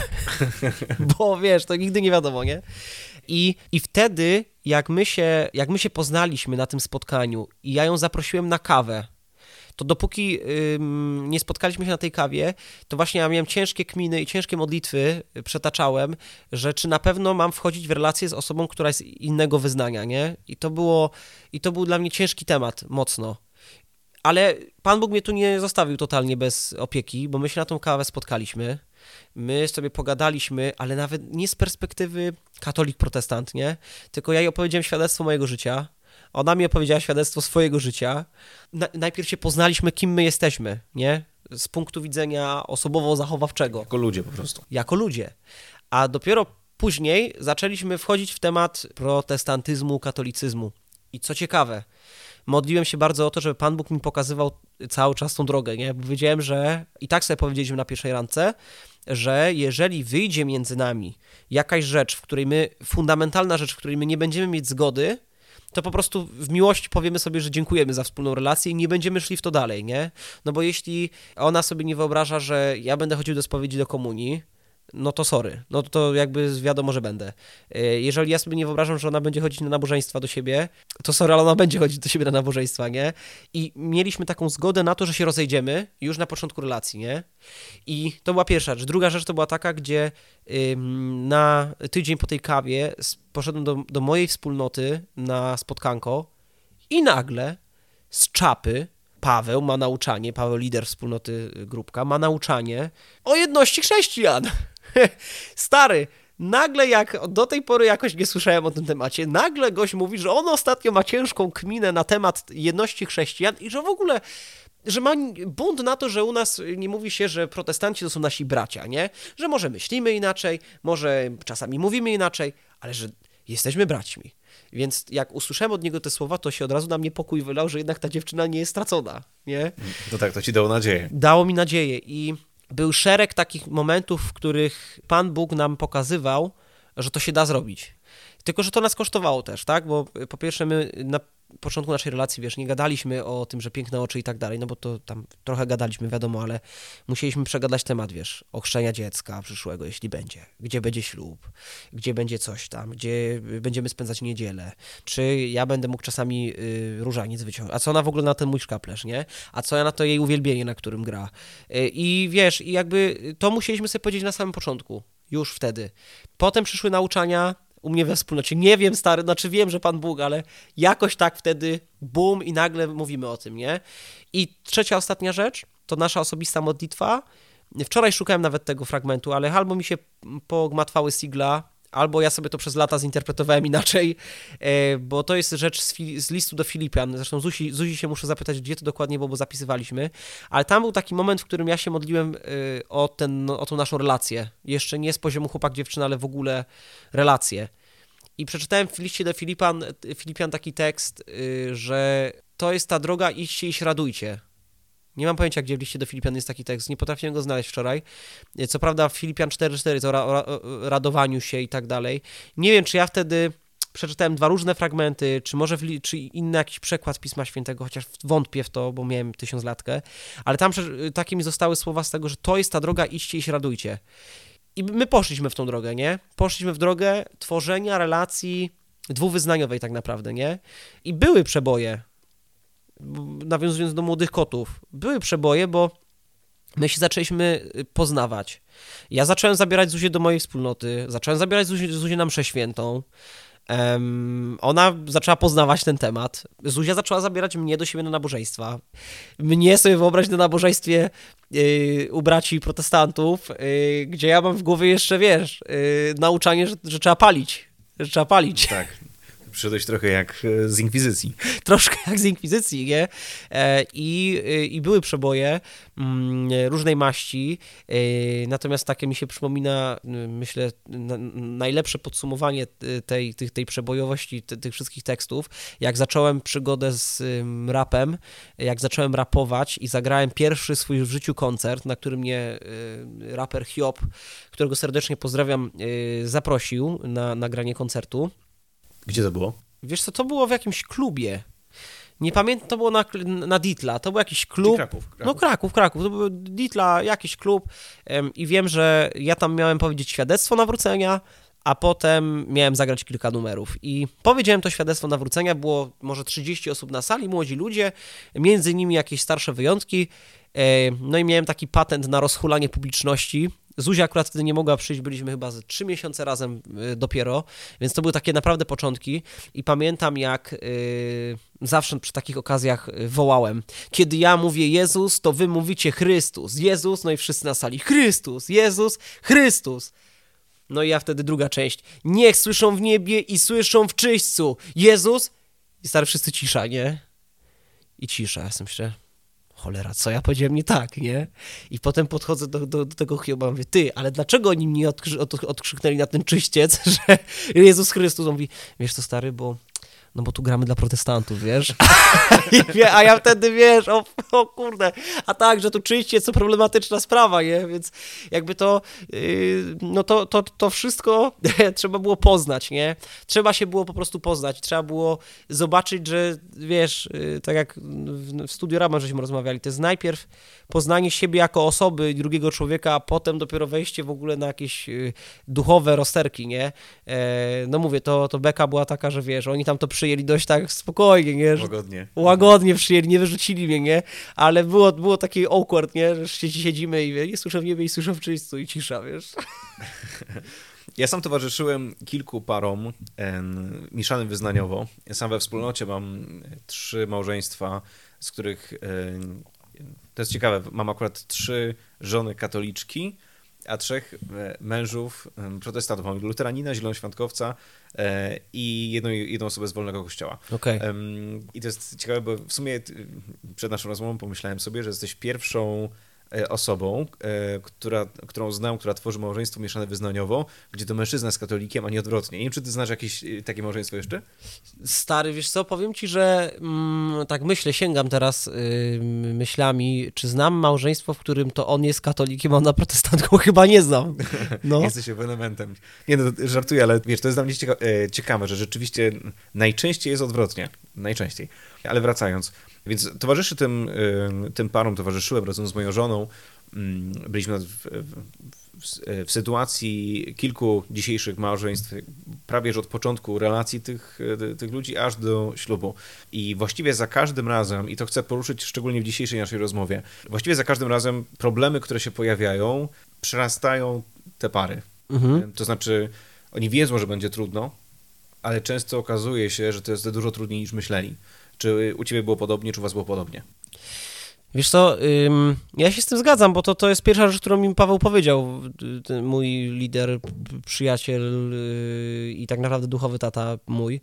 Bo wiesz, to nigdy nie wiadomo, nie? I wtedy, jak my się poznaliśmy na tym spotkaniu i ja ją zaprosiłem na kawę, to dopóki nie spotkaliśmy się na tej kawie, to właśnie ja miałem ciężkie kminy i ciężkie modlitwy, przetaczałem, że czy na pewno mam wchodzić w relację z osobą, która jest innego wyznania, nie? I to był dla mnie ciężki temat, mocno. Ale Pan Bóg mnie tu nie zostawił totalnie bez opieki, bo my się na tą kawę spotkaliśmy, my sobie pogadaliśmy, ale nawet nie z perspektywy katolik-protestant, nie? Tylko ja jej opowiedziałem świadectwo mojego życia, ona mi opowiedziała świadectwo swojego życia. Najpierw się poznaliśmy, kim my jesteśmy, nie? Z punktu widzenia osobowo-zachowawczego. Jako ludzie po prostu. Jako ludzie. A dopiero później zaczęliśmy wchodzić w temat protestantyzmu, katolicyzmu. I co ciekawe, modliłem się bardzo o to, żeby Pan Bóg mi pokazywał cały czas tą drogę, nie? Bo wiedziałem, że i tak sobie powiedzieliśmy na pierwszej randce, że jeżeli wyjdzie między nami jakaś rzecz, fundamentalna rzecz, w której my nie będziemy mieć zgody, to po prostu w miłości powiemy sobie, że dziękujemy za wspólną relację i nie będziemy szli w to dalej, nie? No bo jeśli ona sobie nie wyobraża, że ja będę chodził do spowiedzi, do komunii, no to sorry, no to jakby wiadomo, że będę. Jeżeli ja sobie nie wyobrażam, że ona będzie chodzić na nabożeństwa do siebie, to sorry, ale ona będzie chodzić do siebie na nabożeństwa, nie? I mieliśmy taką zgodę na to, że się rozejdziemy już na początku relacji, nie? I to była pierwsza rzecz. Druga rzecz to była taka, gdzie na tydzień po tej kawie poszedłem do mojej wspólnoty na spotkanko i nagle z czapy Paweł ma nauczanie, Paweł, lider wspólnoty Grupka, ma nauczanie o jedności chrześcijan. Stary, nagle jak do tej pory jakoś nie słyszałem o tym temacie, nagle gość mówi, że on ostatnio ma ciężką kminę na temat jedności chrześcijan i że w ogóle, że ma bunt na to, że u nas nie mówi się, że protestanci to są nasi bracia, nie? Że może myślimy inaczej, może czasami mówimy inaczej, ale że jesteśmy braćmi. Więc jak usłyszałem od niego te słowa, to się od razu na mnie pokój wylał, że jednak ta dziewczyna nie jest stracona, nie? No tak, to ci dało nadzieję. Dało mi nadzieję i był szereg takich momentów, w których Pan Bóg nam pokazywał, że to się da zrobić. Tylko że to nas kosztowało też, tak? Bo po pierwsze my na początku naszej relacji, wiesz, nie gadaliśmy o tym, że piękne oczy i tak dalej, no bo to tam trochę gadaliśmy, wiadomo, ale musieliśmy przegadać temat, wiesz, ochrzczenia dziecka przyszłego, jeśli będzie, gdzie będzie ślub, gdzie będzie coś tam, gdzie będziemy spędzać niedzielę, czy ja będę mógł czasami różaniec wyciągnąć, a co ona w ogóle na ten mój szkaplerz, nie? A co ja na to jej uwielbienie, na którym gra. I wiesz, i jakby to musieliśmy sobie powiedzieć na samym początku, już wtedy. Potem przyszły nauczania u mnie we wspólnocie. Nie wiem, stary, znaczy wiem, że Pan Bóg, ale jakoś tak wtedy bum i nagle mówimy o tym, nie? I trzecia, ostatnia rzecz, to nasza osobista modlitwa. Wczoraj szukałem nawet tego fragmentu, ale albo mi się pogmatwały sigla, albo ja sobie to przez lata zinterpretowałem inaczej, bo to jest rzecz z listu do Filipian. Zresztą Zuzi się muszę zapytać, gdzie to dokładnie było, bo zapisywaliśmy. Ale tam był taki moment, w którym ja się modliłem o tą naszą relację. Jeszcze nie z poziomu chłopak-dziewczyna, ale w ogóle relację. I przeczytałem w liście do Filipian taki tekst, że to jest ta droga, idźcie i się radujcie. Nie mam pojęcia, gdzie w liście do Filipian jest taki tekst, nie potrafiłem go znaleźć wczoraj. Co prawda w Filipian 4:4 to o radowaniu się i tak dalej. Nie wiem, czy ja wtedy przeczytałem dwa różne fragmenty, czy może czy inny jakiś przekład Pisma Świętego, chociaż wątpię w to, bo miałem 1000-latkę, ale tam takie mi zostały słowa z tego, że to jest ta droga, idźcie i się radujcie. I my poszliśmy w tą drogę, nie? Poszliśmy w drogę tworzenia relacji dwuwyznaniowej tak naprawdę, nie? I były przeboje, nawiązując do młodych kotów, były przeboje, bo my się zaczęliśmy poznawać. Ja zacząłem zabierać Zuzię do mojej wspólnoty, zacząłem zabierać Zuzię na mszę świętą. Ona zaczęła poznawać ten temat. Zuzia zaczęła zabierać mnie do siebie na nabożeństwa. Mnie sobie wyobraź na nabożeństwie u braci protestantów, gdzie ja mam w głowie jeszcze, wiesz, nauczanie, że trzeba palić. Że trzeba palić. Tak. Przyszedłeś trochę jak z Inkwizycji. Troszkę jak z Inkwizycji, nie? I były przeboje różnej maści, natomiast takie mi się przypomina, myślę, najlepsze podsumowanie tej przebojowości, tych wszystkich tekstów, jak zacząłem przygodę z rapem, jak zacząłem rapować i zagrałem pierwszy swój w życiu koncert, na którym mnie raper Hiob, którego serdecznie pozdrawiam, zaprosił na nagranie koncertu. Gdzie to było? Wiesz co, to było w jakimś klubie. Nie pamiętam, to było na Ditla, to był jakiś klub. Kraków. No Kraków. To był Ditla, jakiś klub i wiem, że ja tam miałem powiedzieć świadectwo nawrócenia, a potem miałem zagrać kilka numerów. I powiedziałem to świadectwo nawrócenia, było może 30 osób na sali, młodzi ludzie, między nimi jakieś starsze wyjątki. No i miałem taki patent na rozhulanie publiczności. Zuzia akurat wtedy nie mogła przyjść, byliśmy chyba 3 miesiące razem dopiero, więc to były takie naprawdę początki i pamiętam jak zawsze przy takich okazjach wołałem, kiedy ja mówię Jezus, to wy mówicie Chrystus, Jezus, no i wszyscy na sali Chrystus, Jezus, Chrystus. No i ja wtedy druga część, niech słyszą w niebie i słyszą w czyśćcu, Jezus, i stary wszyscy cisza, nie? I cisza, ja sobie myślę, cholera, co ja powiedziałem nie tak, nie? I potem podchodzę do tego Hioba, mówię, ty, ale dlaczego oni mnie odkrzyknęli na ten czyściec, że Jezus Chrystus? On mówi, wiesz co, stary, bo tu gramy dla protestantów, wiesz? A ja wtedy, wiesz, o kurde, a tak, że tu czyściec to problematyczna sprawa, nie? Więc jakby to, to wszystko trzeba było poznać, nie? Trzeba się było po prostu poznać, trzeba było zobaczyć, że wiesz, tak jak w Studiu Rama żeśmy rozmawiali, to jest najpierw poznanie siebie jako osoby drugiego człowieka, a potem dopiero wejście w ogóle na jakieś duchowe rozterki, nie? No mówię, to beka była taka, że wiesz, oni tam to przyjęli dość tak spokojnie, nie? Łagodnie przyjęli, nie wyrzucili mnie, nie? Ale było takie awkward, nie? Że siedzimy i nie słyszę w niebie i słyszę w czyśćcu i cisza, wiesz? Ja sam towarzyszyłem kilku parom mieszanym wyznaniowo. Ja sam we wspólnocie mam 3 małżeństwa, z których, to jest ciekawe, mam akurat 3 żony katoliczki a 3 mężów protestantów. Mamy luteranina, zielonoświątkowca i jedną osobę z wolnego kościoła. Okay. I to jest ciekawe, bo w sumie przed naszą rozmową pomyślałem sobie, że jesteś pierwszą osobą, którą znam, która tworzy małżeństwo mieszane wyznaniowo, gdzie to mężczyzna jest katolikiem, a nie odwrotnie. Nie wiem, czy ty znasz jakieś takie małżeństwo jeszcze? Stary, wiesz co, powiem ci, że tak myślę, sięgam teraz myślami, czy znam małżeństwo, w którym to on jest katolikiem, a ona protestantką? Chyba nie znam. No. Jesteś ewenementem. Nie no, żartuję, ale wiesz, to jest dla mnie ciekawe, że rzeczywiście najczęściej jest odwrotnie. Najczęściej. Ale wracając. Więc towarzyszy tym parom, towarzyszyłem razem z moją żoną. Byliśmy w sytuacji kilku dzisiejszych małżeństw, prawie że od początku relacji tych ludzi aż do ślubu. I właściwie za każdym razem, i to chcę poruszyć szczególnie w dzisiejszej naszej rozmowie, właściwie za każdym razem problemy, które się pojawiają, przerastają te pary. To znaczy, oni wiedzą, że będzie trudno, ale często okazuje się, że to jest dużo trudniej niż myśleli. Czy u ciebie było podobnie, czy u was było podobnie? Wiesz co, ja się z tym zgadzam, bo to jest pierwsza rzecz, którą mi Paweł powiedział, ten mój lider, przyjaciel i tak naprawdę duchowy tata mój,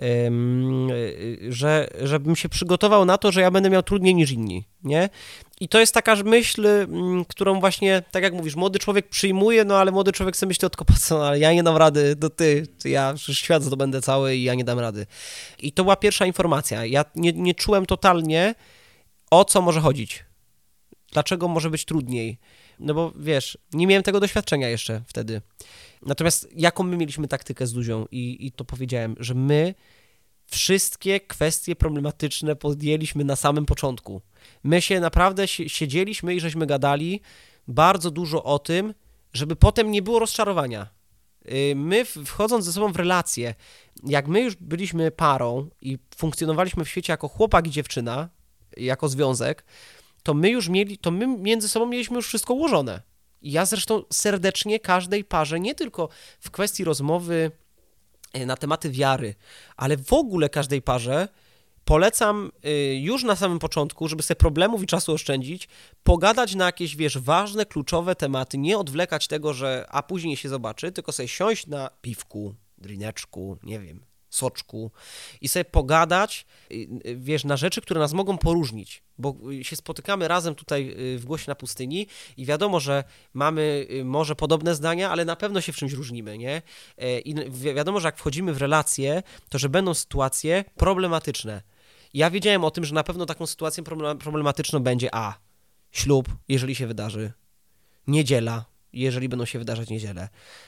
żebym się przygotował na to, że ja będę miał trudniej niż inni, nie? I to jest taka myśl, którą właśnie, tak jak mówisz, młody człowiek przyjmuje, no ale młody człowiek sobie myśli, no ale ja nie dam rady, ja przecież świat zdobędę cały i ja nie dam rady. I to była pierwsza informacja. Ja nie czułem totalnie, o co może chodzić? Dlaczego może być trudniej? No bo wiesz, nie miałem tego doświadczenia jeszcze wtedy. Natomiast jaką my mieliśmy taktykę z Zuzią i to powiedziałem, że my wszystkie kwestie problematyczne podjęliśmy na samym początku. My się naprawdę siedzieliśmy i żeśmy gadali bardzo dużo o tym, żeby potem nie było rozczarowania. My wchodząc ze sobą w relacje, jak my już byliśmy parą i funkcjonowaliśmy w świecie jako chłopak i dziewczyna, jako związek, to my między sobą mieliśmy już wszystko ułożone. I ja zresztą serdecznie każdej parze, nie tylko w kwestii rozmowy na tematy wiary, ale w ogóle każdej parze polecam już na samym początku, żeby sobie problemów i czasu oszczędzić, pogadać na jakieś, wiesz, ważne, kluczowe tematy, nie odwlekać tego, a później się zobaczy, tylko sobie siąść na piwku, drineczku, nie wiem, soczku i sobie pogadać, wiesz, na rzeczy, które nas mogą poróżnić, bo się spotykamy razem tutaj w Głosie na Pustyni i wiadomo, że mamy może podobne zdania, ale na pewno się w czymś różnimy, nie? I wiadomo, że jak wchodzimy w relacje, to że będą sytuacje problematyczne. Ja wiedziałem o tym, że na pewno taką sytuacją problematyczną będzie ślub, jeżeli się wydarzy, niedziela, jeżeli będą się wydarzać niedziele,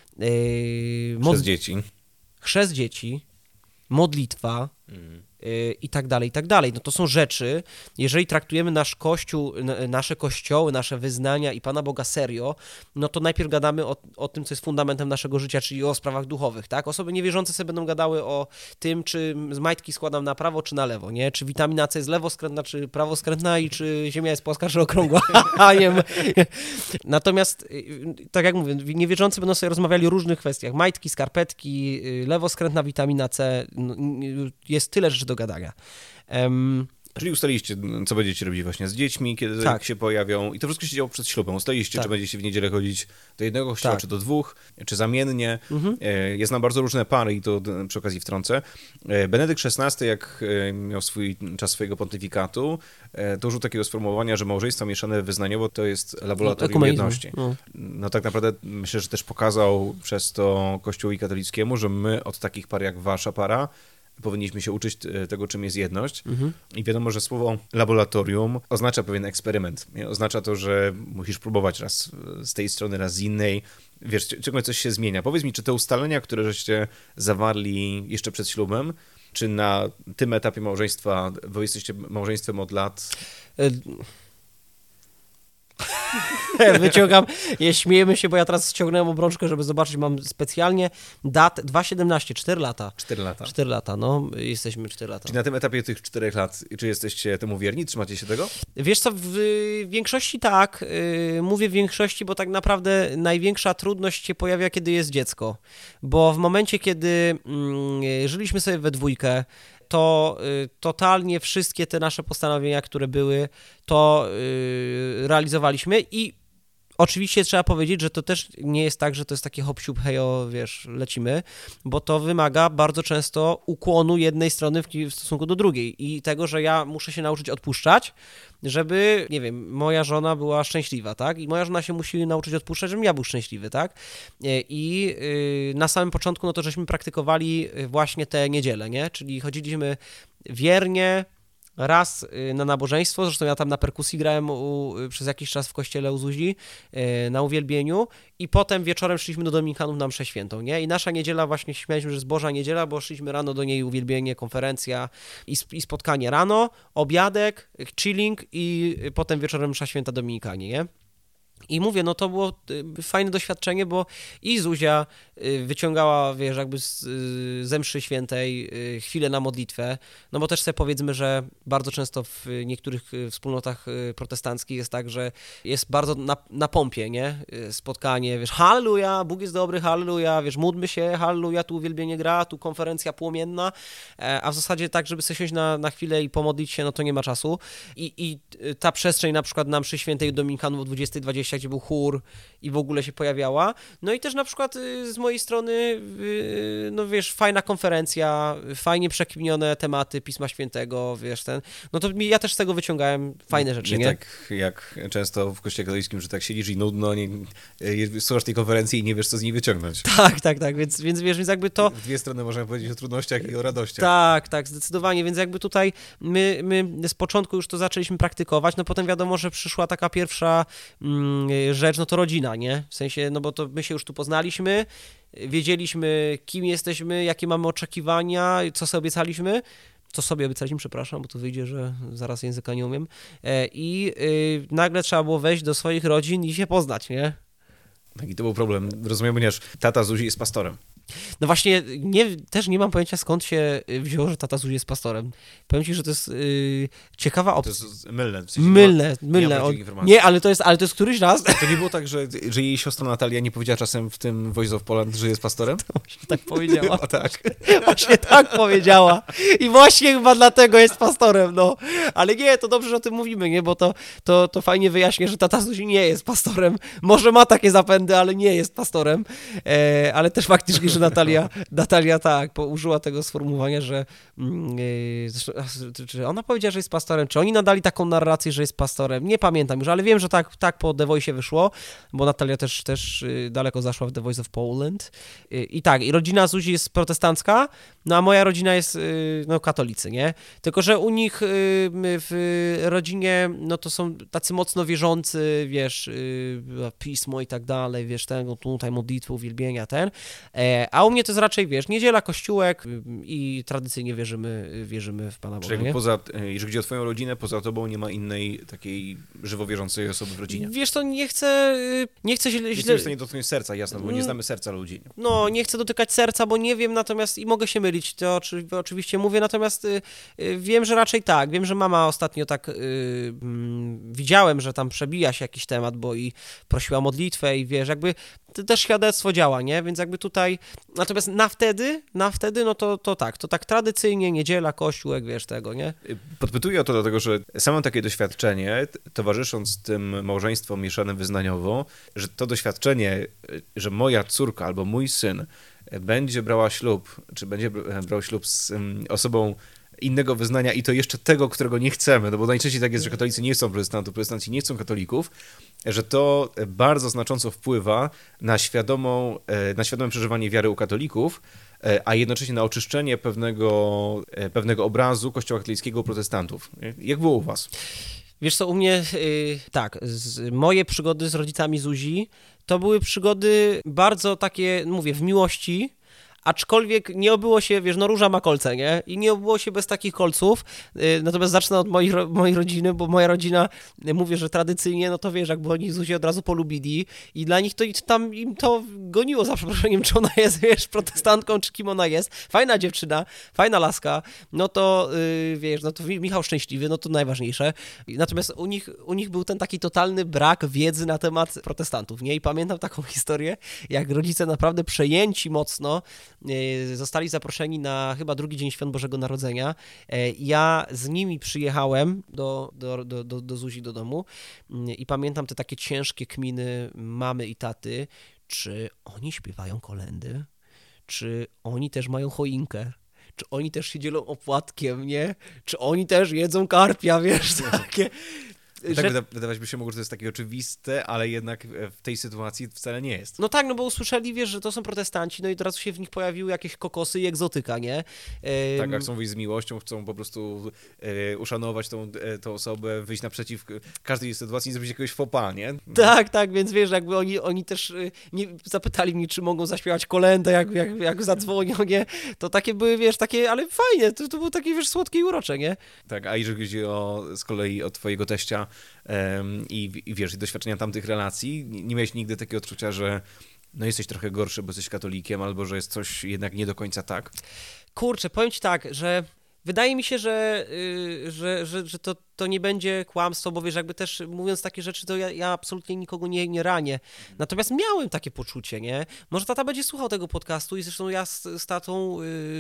chrzest dzieci, modlitwa i tak dalej, i tak dalej. No to są rzeczy, jeżeli traktujemy nasz Kościół, nasze kościoły, nasze wyznania i Pana Boga serio, no to najpierw gadamy o tym, co jest fundamentem naszego życia, czyli o sprawach duchowych, tak? Osoby niewierzące sobie będą gadały o tym, czy majtki składam na prawo, czy na lewo, nie? Czy witamina C jest lewoskrętna, czy prawoskrętna i czy Ziemia jest płaska, czy okrągła. Natomiast, tak jak mówię, niewierzący będą sobie rozmawiali o różnych kwestiach. Majtki, skarpetki, lewoskrętna witamina C, jest tyle rzeczy do gadania. Czyli ustaliliście, co będziecie robić właśnie z dziećmi, kiedy się pojawią i to wszystko się działo przed ślubem. Ustaliliście, czy będziecie w niedzielę chodzić do jednego kościoła, czy do dwóch, czy zamiennie. Ja znam bardzo różne pary i to przy okazji wtrącę. Benedykt XVI, jak miał czas swojego pontyfikatu, to użył takiego sformułowania, że małżeństwo mieszane wyznaniowo to jest laboratorium jedności. No tak naprawdę myślę, że też pokazał przez to Kościołowi katolickiemu, że my od takich par jak wasza para powinniśmy się uczyć tego, czym jest jedność. I wiadomo, że słowo laboratorium oznacza pewien eksperyment. Oznacza to, że musisz próbować raz z tej strony, raz z innej. Wiesz, ciągle coś się zmienia. Powiedz mi, czy te ustalenia, które żeście zawarli jeszcze przed ślubem, czy na tym etapie małżeństwa, bo jesteście małżeństwem od lat... Wyciągam, śmiejemy się, bo ja teraz ściągnąłem obrączkę, żeby zobaczyć, mam specjalnie datę 2,17, 4 lata. 4 lata. 4 lata, no, jesteśmy 4 lata. Czyli na tym etapie tych 4 lat, czy jesteście temu wierni, trzymacie się tego? Wiesz co, w większości tak, mówię w większości, bo tak naprawdę największa trudność się pojawia, kiedy jest dziecko, bo w momencie, kiedy żyliśmy sobie we dwójkę, to totalnie wszystkie te nasze postanowienia, które były, to realizowaliśmy i Oczywiście trzeba powiedzieć, że to też nie jest tak, że to jest takie hop siup, hejo, wiesz, lecimy, bo to wymaga bardzo często ukłonu jednej strony w stosunku do drugiej i tego, że ja muszę się nauczyć odpuszczać, żeby, nie wiem, moja żona była szczęśliwa, tak? I moja żona się musi nauczyć odpuszczać, żebym ja był szczęśliwy, tak? I na samym początku, no to żeśmy praktykowali właśnie te niedziele, nie? Czyli chodziliśmy wiernie, raz na nabożeństwo, zresztą ja tam na perkusji grałem przez jakiś czas w kościele u Zuzi, na uwielbieniu i potem wieczorem szliśmy do Dominikanów na mszę świętą, nie? I nasza niedziela właśnie śmialiśmy, że jest Boża Niedziela, bo szliśmy rano do niej uwielbienie, konferencja i spotkanie rano, obiadek, chilling i potem wieczorem msza święta Dominikanie, nie? I mówię, no to było fajne doświadczenie, bo i Zuzia wyciągała, wiesz, jakby ze mszy świętej chwilę na modlitwę, no bo też sobie powiedzmy, że bardzo często w niektórych wspólnotach protestanckich jest tak, że jest bardzo na pompie, nie? Spotkanie, wiesz, halleluja, Bóg jest dobry, halleluja, wiesz, módlmy się, halleluja, tu uwielbienie gra, tu konferencja płomienna, a w zasadzie tak, żeby sobie siąść na chwilę i pomodlić się, no to nie ma czasu. I ta przestrzeń na przykład na mszy świętej Dominikanów o 20:20, gdzie był chór i w ogóle się pojawiała. No i też na przykład z mojej strony, no wiesz, fajna konferencja, fajnie przekminione tematy Pisma Świętego, wiesz, no to ja też z tego wyciągałem fajne rzeczy, nie? Tak jak często w kościele katolickim, że tak siedzisz i nudno, słuchasz tej konferencji i nie wiesz, co z niej wyciągnąć. Tak, więc wiesz, więc jakby to... W dwie strony możemy powiedzieć o trudnościach i o radościach. Tak, zdecydowanie, więc jakby tutaj my z początku już to zaczęliśmy praktykować, no potem wiadomo, że przyszła taka pierwsza rzecz, no to rodzina, nie? W sensie, no bo to my się już tu poznaliśmy, wiedzieliśmy, kim jesteśmy, jakie mamy oczekiwania, co sobie obiecaliśmy, przepraszam, bo tu wyjdzie, że zaraz języka nie umiem, i nagle trzeba było wejść do swoich rodzin i się poznać, nie? Tak, i to był problem. Rozumiem, ponieważ tata Zuzi jest pastorem. No właśnie, też nie mam pojęcia, skąd się wzięło, że tata Zuzi jest pastorem. Powiem ci, że to jest ciekawa opcja. To jest mylne. W sensie mylne. Nie, ale to jest któryś raz. To nie było tak, że jej siostra Natalia nie powiedziała czasem w tym Voice of Poland, że jest pastorem? To właśnie tak powiedziała. O tak. Właśnie tak powiedziała. I właśnie chyba dlatego jest pastorem, no. Ale nie, to dobrze, że o tym mówimy, nie? Bo to fajnie wyjaśnia, że tata Zuzi nie jest pastorem. Może ma takie zapędy, ale nie jest pastorem. Ale też faktycznie, że Natalia tak, użyła tego sformułowania, że czy ona powiedziała, że jest pastorem, czy oni nadali taką narrację, że jest pastorem, nie pamiętam już, ale wiem, że tak po The Voice wyszło, bo Natalia też daleko zaszła w The Voice of Poland i tak, i rodzina Zuzi jest protestancka, no a moja rodzina jest no katolicy, nie? Tylko, że u nich w rodzinie, no to są tacy mocno wierzący, wiesz, pismo i tak dalej, wiesz, tutaj modlitwy, uwielbienia, a u mnie to jest raczej, wiesz, niedziela, kościółek i tradycyjnie wierzymy w Pana Boga, czyli nie? jeżeli chodzi o twoją rodzinę, poza tobą nie ma innej takiej żywo wierzącej osoby w rodzinie. Wiesz, to nie chcę źle... Jesteś w stanie dotknąć serca, jasno, bo nie znamy serca ludzi. No, nie chcę dotykać serca, bo nie wiem, natomiast i mogę się mylić, to oczywiście mówię, natomiast wiem, że raczej tak. Wiem, że mama ostatnio tak widziałem, że tam przebija się jakiś temat, bo i prosiła modlitwę i wiesz, jakby to też świadectwo działa, nie? Więc jakby tutaj, natomiast na wtedy, no to tak tradycyjnie, niedziela, kościółek, wiesz tego, nie? Podpytuję o to dlatego, że samo takie doświadczenie, towarzysząc tym małżeństwom mieszanym wyznaniowo, że to doświadczenie, że moja córka albo mój syn będzie brała ślub, czy będzie brał ślub z osobą innego wyznania i to jeszcze tego, którego nie chcemy, no bo najczęściej tak jest, że katolicy nie chcą protestantów, protestanci nie chcą katolików, że to bardzo znacząco wpływa na świadome przeżywanie wiary u katolików, a jednocześnie na oczyszczenie pewnego obrazu Kościoła katolickiego u protestantów. Jak było u was? Wiesz co, u mnie tak, moje przygody z rodzicami Zuzi to były przygody bardzo takie, mówię, w miłości, aczkolwiek nie obyło się, wiesz, no róża ma kolce, nie? I nie obyło się bez takich kolców. Natomiast zacznę od mojej rodziny, bo moja rodzina, mówię, że tradycyjnie, no to wiesz, jakby oni Zuzię od razu polubili i dla nich to tam im to goniło za przeproszeniem, czy ona jest, wiesz, protestantką, czy kim ona jest. Fajna dziewczyna, fajna laska, no to wiesz, no to Michał szczęśliwy, no to najważniejsze. Natomiast u nich był ten taki totalny brak wiedzy na temat protestantów, nie? I pamiętam taką historię, jak rodzice naprawdę przejęci mocno zostali zaproszeni na chyba drugi dzień Świąt Bożego Narodzenia. Ja z nimi przyjechałem do Zuzi do domu i pamiętam te takie ciężkie kminy mamy i taty, czy oni śpiewają kolędy, czy oni też mają choinkę, czy oni też się dzielą opłatkiem, nie? Czy oni też jedzą karpia, wiesz, takie... Tak wydawać by się mogło, że to jest takie oczywiste, ale jednak w tej sytuacji wcale nie jest. No tak, no bo usłyszeli, wiesz, że to są protestanci, no i od razu się w nich pojawiły jakieś kokosy i egzotyka, nie? Tak, jak chcą wyjść z miłością, chcą po prostu uszanować tą osobę, wyjść naprzeciw każdej sytuacji, nie zrobić jakiegoś faux pas, nie? Tak, więc wiesz, jakby oni też nie zapytali mnie, czy mogą zaśpiewać kolędę, jak zadzwonią, nie? To takie były, wiesz, takie, ale fajnie, to było takie, wiesz, słodkie i urocze, nie? Tak, a jeżeli chodzi z kolei o twojego teścia i wiesz, i doświadczenia tamtych relacji, nie miałeś nigdy takiego odczucia, że no jesteś trochę gorszy, bo jesteś katolikiem, albo że jest coś jednak nie do końca tak? Kurczę, powiem ci tak, że wydaje mi się, że to nie będzie kłamstwo, bo wiesz, jakby też mówiąc takie rzeczy, to ja absolutnie nikogo nie ranię. Natomiast miałem takie poczucie, nie? Może tata będzie słuchał tego podcastu i zresztą ja z tatą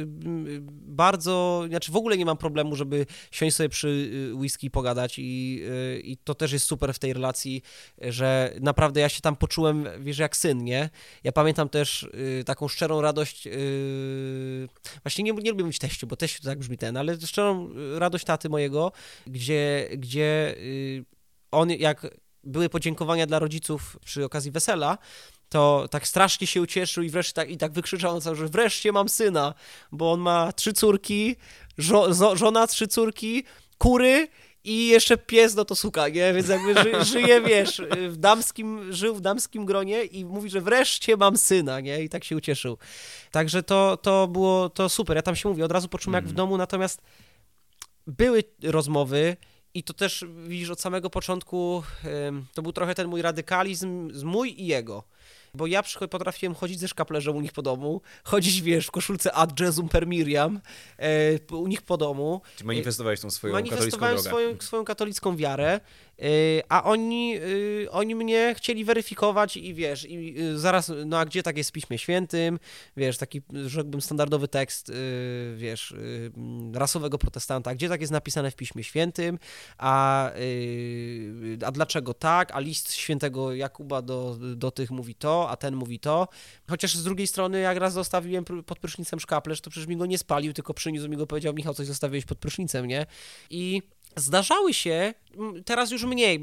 bardzo, znaczy w ogóle nie mam problemu, żeby siąść sobie przy whisky i pogadać i to też jest super w tej relacji, że naprawdę ja się tam poczułem, wiesz, jak syn, nie? Ja pamiętam też taką szczerą radość, właśnie nie lubię mówić teściu, bo teściu to tak brzmi ale szczerą radość taty mojego, gdzie on, jak były podziękowania dla rodziców przy okazji wesela, to tak strasznie się ucieszył i wreszcie tak wykrzyczał, że wreszcie mam syna, bo on ma 3 córki, żona 3 córki, kury i jeszcze pies, no to suka, nie? Więc jakby żyje, wiesz, żył w damskim gronie i mówi, że wreszcie mam syna, nie? I tak się ucieszył. Także to było super. Ja tam się mówię, od razu poczułem jak w domu, natomiast były rozmowy i to też widzisz od samego początku, to był trochę ten mój radykalizm, mój i jego. Bo ja potrafiłem chodzić ze szkaplerzem u nich po domu, chodzić, wiesz, w koszulce Ad Jezum per Miriam u nich po domu. Czyli manifestowałeś tą swoją katolicką drogę. Manifestowałem swoją katolicką wiarę, a oni mnie chcieli weryfikować i wiesz, i zaraz, no a gdzie tak jest w Piśmie Świętym, wiesz, taki, rzekłbym, standardowy tekst, wiesz, rasowego protestanta, gdzie tak jest napisane w Piśmie Świętym, a dlaczego tak, a list świętego Jakuba do tych mówi to, a ten mówi to, chociaż z drugiej strony, jak raz zostawiłem pod prysznicem szkaplerz, to przecież mi go nie spalił, tylko przyniósł mi go, powiedział: Michał, coś zostawiłeś pod prysznicem, nie? I zdarzały się, teraz już mniej,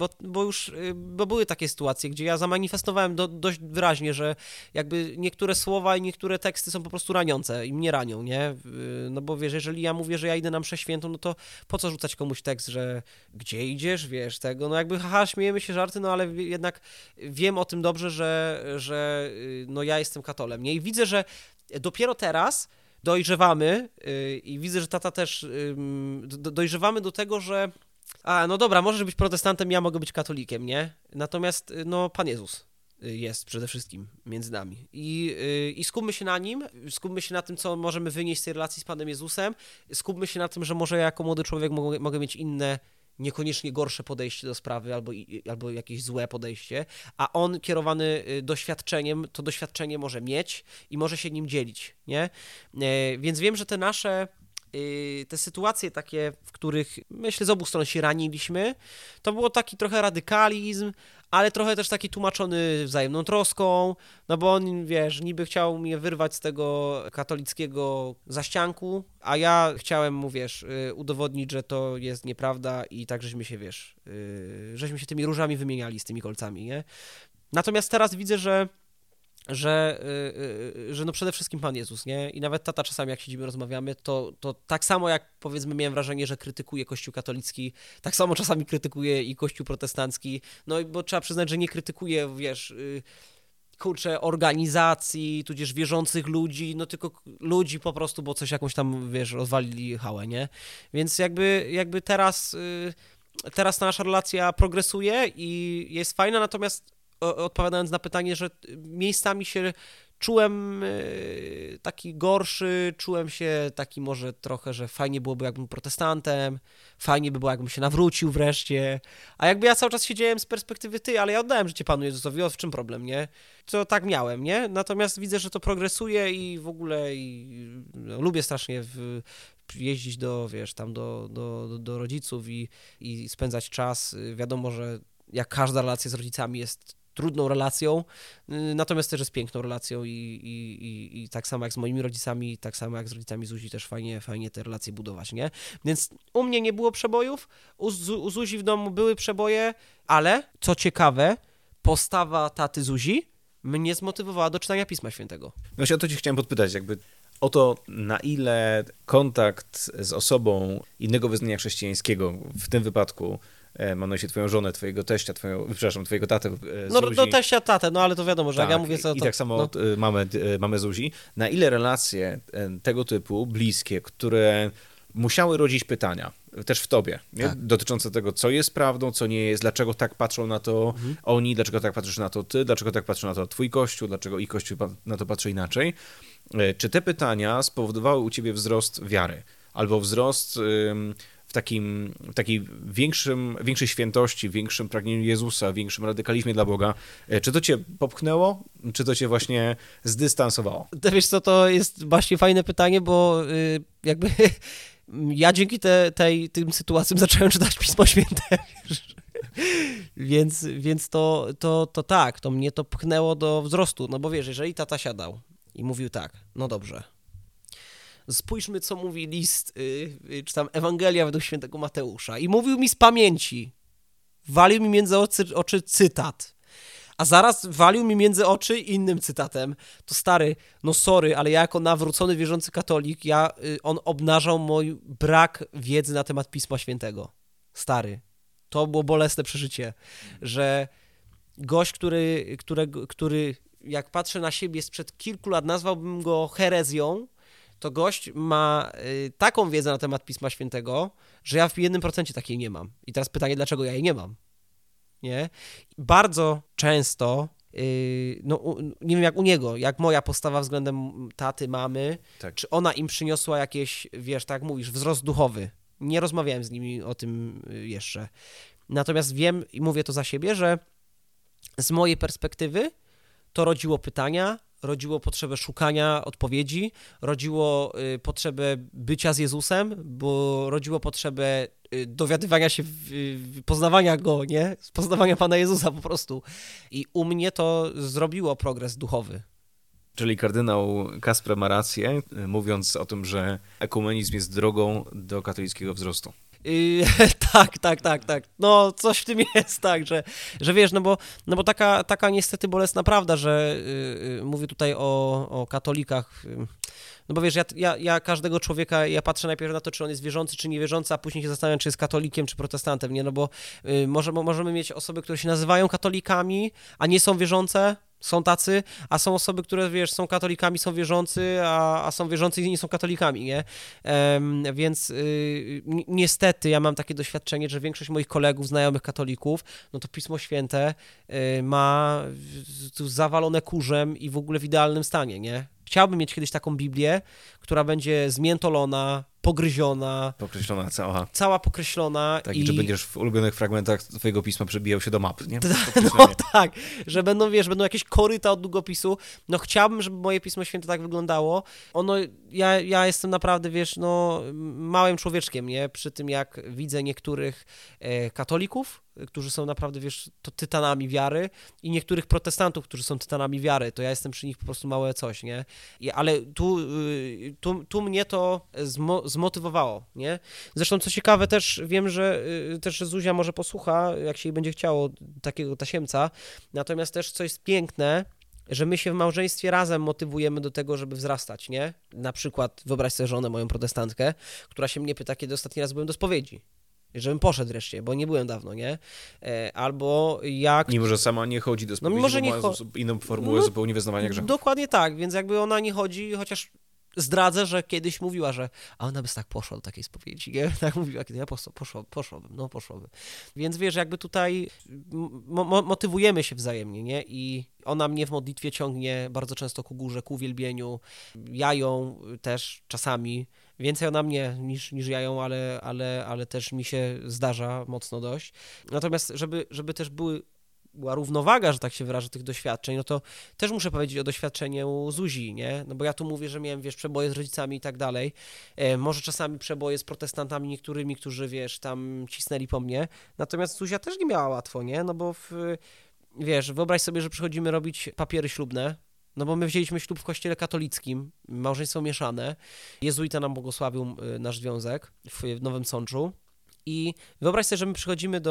bo były takie sytuacje, gdzie ja zamanifestowałem dość wyraźnie, że jakby niektóre słowa i niektóre teksty są po prostu raniące i mnie ranią, nie? No bo wiesz, jeżeli ja mówię, że ja idę na mszę świętą, no to po co rzucać komuś tekst, że gdzie idziesz, wiesz, tego, no jakby haha, śmiejemy się, żarty, no ale jednak wiem o tym dobrze, że no ja jestem katolem, nie? I widzę, że dopiero teraz dojrzewamy i widzę, że tata też dojrzewamy do tego, że no dobra, możesz być protestantem, ja mogę być katolikiem, nie? Natomiast no Pan Jezus jest przede wszystkim między nami i skupmy się na Nim, skupmy się na tym, co możemy wynieść z tej relacji z Panem Jezusem, skupmy się na tym, że może ja jako młody człowiek mogę mieć inne, niekoniecznie gorsze podejście do sprawy albo jakieś złe podejście, a on kierowany doświadczeniem, to doświadczenie może mieć i może się nim dzielić, nie? Więc wiem, że te sytuacje takie, w których myślę z obu stron się raniliśmy, to było taki trochę radykalizm, ale trochę też taki tłumaczony wzajemną troską, no bo on, wiesz, niby chciał mnie wyrwać z tego katolickiego zaścianku, a ja chciałem mu, wiesz, udowodnić, że to jest nieprawda i tak żeśmy się, wiesz, żeśmy się tymi różami wymieniali z tymi kolcami, nie? Natomiast teraz widzę, że no przede wszystkim Pan Jezus, nie? I nawet tata czasami, jak siedzimy, rozmawiamy, to tak samo jak, powiedzmy, miałem wrażenie, że krytykuje Kościół katolicki, tak samo czasami krytykuje i Kościół protestancki, no bo trzeba przyznać, że nie krytykuje, wiesz, organizacji, tudzież wierzących ludzi, no tylko ludzi po prostu, bo coś jakąś tam, wiesz, rozwalili hałę, nie? Więc jakby teraz ta nasza relacja progresuje i jest fajna, natomiast odpowiadając na pytanie, że miejscami się czułem taki gorszy, czułem się taki może trochę, że fajnie byłoby jakbym protestantem, fajnie by było jakbym się nawrócił wreszcie, a jakby ja cały czas siedziałem z perspektywy ale ja oddałem życie Panu Jezusowi, w czym problem, nie? To tak miałem, nie? Natomiast widzę, że to progresuje i w ogóle lubię strasznie jeździć do rodziców i spędzać czas. Wiadomo, że jak każda relacja z rodzicami jest trudną relacją, natomiast też jest piękną relacją i tak samo jak z moimi rodzicami, tak samo jak z rodzicami Zuzi też fajnie te relacje budować, nie? Więc u mnie nie było przebojów, u Zuzi w domu były przeboje, ale co ciekawe, postawa taty Zuzi mnie zmotywowała do czytania Pisma Świętego. Właśnie o to ci chciałem podpytać, jakby o to, na ile kontakt z osobą innego wyznania chrześcijańskiego, w tym wypadku mam na myśli twoją żonę, twojego teścia, twojego tatę No Zuzi. do teścia tatę, no ale to wiadomo, że Tak, jak ja mówię co to... I tak samo no. mamy Zuzi. Na ile relacje tego typu, bliskie, które musiały rodzić pytania, też w tobie, nie? Tak. Dotyczące tego, co jest prawdą, co nie jest, dlaczego tak patrzą na to oni, dlaczego tak patrzysz na to ty, dlaczego tak patrzy na to twój Kościół, dlaczego i Kościół na to patrzy inaczej. Czy te pytania spowodowały u ciebie wzrost wiary? Albo wzrost w takiej większej świętości, większym pragnieniu Jezusa, większym radykalizmie dla Boga. Czy to cię popchnęło, czy to cię właśnie zdystansowało? Wiesz co, to jest właśnie fajne pytanie, bo jakby ja dzięki tym sytuacjom zacząłem czytać Pismo Święte, wiesz? Więc to tak, to mnie to pchnęło do wzrostu, no bo wiesz, jeżeli tata siadał i mówił tak, no dobrze, spójrzmy, co mówi list, czy tam Ewangelia według świętego Mateusza. I mówił mi z pamięci. Walił mi między oczy cytat. A zaraz walił mi między oczy innym cytatem. To stary, no sorry, ale ja jako nawrócony, wierzący katolik, on obnażał mój brak wiedzy na temat Pisma Świętego. Stary. To było bolesne przeżycie, że gość, który jak patrzę na siebie sprzed kilku lat, nazwałbym go herezją, to gość ma taką wiedzę na temat Pisma Świętego, że ja w 1% takiej nie mam. I teraz pytanie, dlaczego ja jej nie mam? Nie? Bardzo często, nie wiem jak u niego, jak moja postawa względem taty, mamy, Tak. czy ona im przyniosła jakieś, wiesz, tak jak mówisz, wzrost duchowy. Nie rozmawiałem z nimi o tym jeszcze. Natomiast wiem i mówię to za siebie, że z mojej perspektywy to rodziło pytania, rodziło potrzebę szukania odpowiedzi, rodziło potrzebę bycia z Jezusem, bo rodziło potrzebę dowiadywania się, poznawania Go, nie? Poznawania Pana Jezusa po prostu. I u mnie to zrobiło progres duchowy. Czyli kardynał Kasper ma rację, mówiąc o tym, że ekumenizm jest drogą do katolickiego wzrostu. Tak. No, coś w tym jest, tak, że wiesz, no bo taka niestety bolesna prawda, że mówię tutaj o katolikach. No bo wiesz, ja każdego człowieka, ja patrzę najpierw na to, czy on jest wierzący, czy niewierzący, a później się zastanawiam, czy jest katolikiem, czy protestantem, nie? No bo możemy mieć osoby, które się nazywają katolikami, a nie są wierzące, są tacy, a są osoby, które, wiesz, są katolikami, są wierzący, a są wierzący i nie są katolikami, nie? Więc niestety ja mam takie doświadczenie, że większość moich kolegów, znajomych katolików, no to Pismo Święte ma zawalone kurzem i w ogóle w idealnym stanie, nie? Chciałbym mieć kiedyś taką Biblię, która będzie zmiętolona, pogryziona. Pokreślona cała. Cała pokreślona. Tak, i że będziesz w ulubionych fragmentach twojego pisma przebijał się do map, nie? No tak, że będą jakieś koryta od długopisu. No chciałbym, żeby moje Pismo Święte tak wyglądało. Ja jestem naprawdę, wiesz, no małym człowieczkiem, nie? Przy tym jak widzę niektórych katolików, którzy są naprawdę, wiesz, to tytanami wiary i niektórych protestantów, którzy są tytanami wiary, to ja jestem przy nich po prostu małe coś, nie? Ale tu mnie to zmotywowało, nie? Zresztą co ciekawe też wiem, że też Zuzia może posłucha, jak się jej będzie chciało, takiego tasiemca, natomiast też co jest piękne, że my się w małżeństwie razem motywujemy do tego, żeby wzrastać, nie? Na przykład wyobraź sobie żonę, moją protestantkę, która się mnie pyta, kiedy ostatni raz byłem do spowiedzi. Żebym poszedł wreszcie, bo nie byłem dawno, nie? Albo jak... Mimo, że sama nie chodzi do spowiedzi, mimo, że bo ma inną formułę zupełnie wyznawania grzechu. Dokładnie tak, więc jakby ona nie chodzi, chociaż zdradzę, że kiedyś mówiła, że a ona by tak poszła do takiej spowiedzi, nie? Tak mówiła, kiedy ja poszłabym. Więc wiesz, jakby tutaj motywujemy się wzajemnie, nie? I ona mnie w modlitwie ciągnie bardzo często ku górze, ku uwielbieniu. Ja ją też czasami, więcej ona mnie niż ja ją, ale też mi się zdarza mocno dość. Natomiast żeby też była równowaga, że tak się wyrażę, tych doświadczeń, no to też muszę powiedzieć o doświadczeniu Zuzi, nie? No bo ja tu mówię, że miałem, wiesz, przeboje z rodzicami i tak dalej, może czasami przeboje z protestantami niektórymi, którzy, wiesz, tam cisnęli po mnie, natomiast Zuzia też nie miała łatwo, nie? No bo, wiesz, wyobraź sobie, że przychodzimy robić papiery ślubne, no bo my wzięliśmy ślub w kościele katolickim, małżeństwo mieszane, jezuita nam błogosławił nasz związek w Nowym Sączu. I wyobraź sobie, że my przychodzimy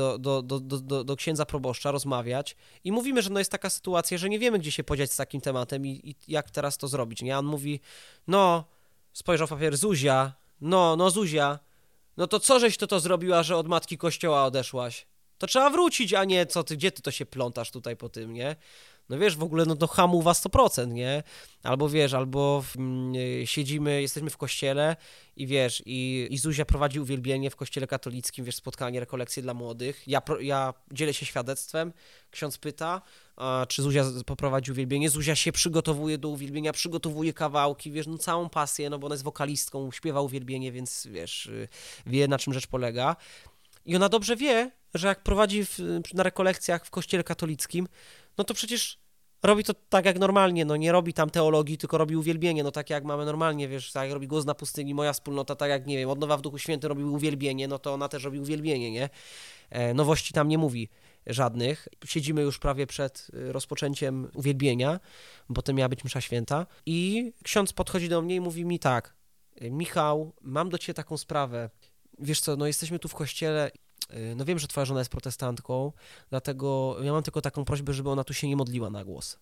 do księdza proboszcza rozmawiać i mówimy, że no jest taka sytuacja, że nie wiemy, gdzie się podziać z takim tematem i jak teraz to zrobić, nie? A on mówi, no, spojrzał w papier, Zuzia, no Zuzia, no to co żeś to zrobiła, że od matki kościoła odeszłaś? To trzeba wrócić, a nie co ty, gdzie ty to się plątasz tutaj po tym, nie? No wiesz, w ogóle no to hamuwa 100%, nie? Albo wiesz, siedzimy, jesteśmy w kościele i wiesz, i Zuzia prowadzi uwielbienie w kościele katolickim, wiesz, spotkanie, rekolekcje dla młodych. Ja dzielę się świadectwem, ksiądz pyta, czy Zuzia poprowadzi uwielbienie. Zuzia się przygotowuje do uwielbienia, przygotowuje kawałki, wiesz, no całą pasję, no bo ona jest wokalistką, śpiewa uwielbienie, więc wiesz, wie na czym rzecz polega. I ona dobrze wie, że jak prowadzi na rekolekcjach w kościele katolickim, no to przecież robi to tak jak normalnie, no nie robi tam teologii, tylko robi uwielbienie, no tak jak mamy normalnie, wiesz, tak jak robi Głos na pustyni, moja wspólnota, tak jak, nie wiem, Odnowa w Duchu Świętym robi uwielbienie, no to ona też robi uwielbienie, nie? Nowości tam nie mówi żadnych. Siedzimy już prawie przed rozpoczęciem uwielbienia, bo to miała być msza święta i ksiądz podchodzi do mnie i mówi mi tak, Michał, mam do ciebie taką sprawę, wiesz co, no jesteśmy tu w kościele, no wiem, że twoja żona jest protestantką, dlatego ja mam tylko taką prośbę, żeby ona tu się nie modliła na głos.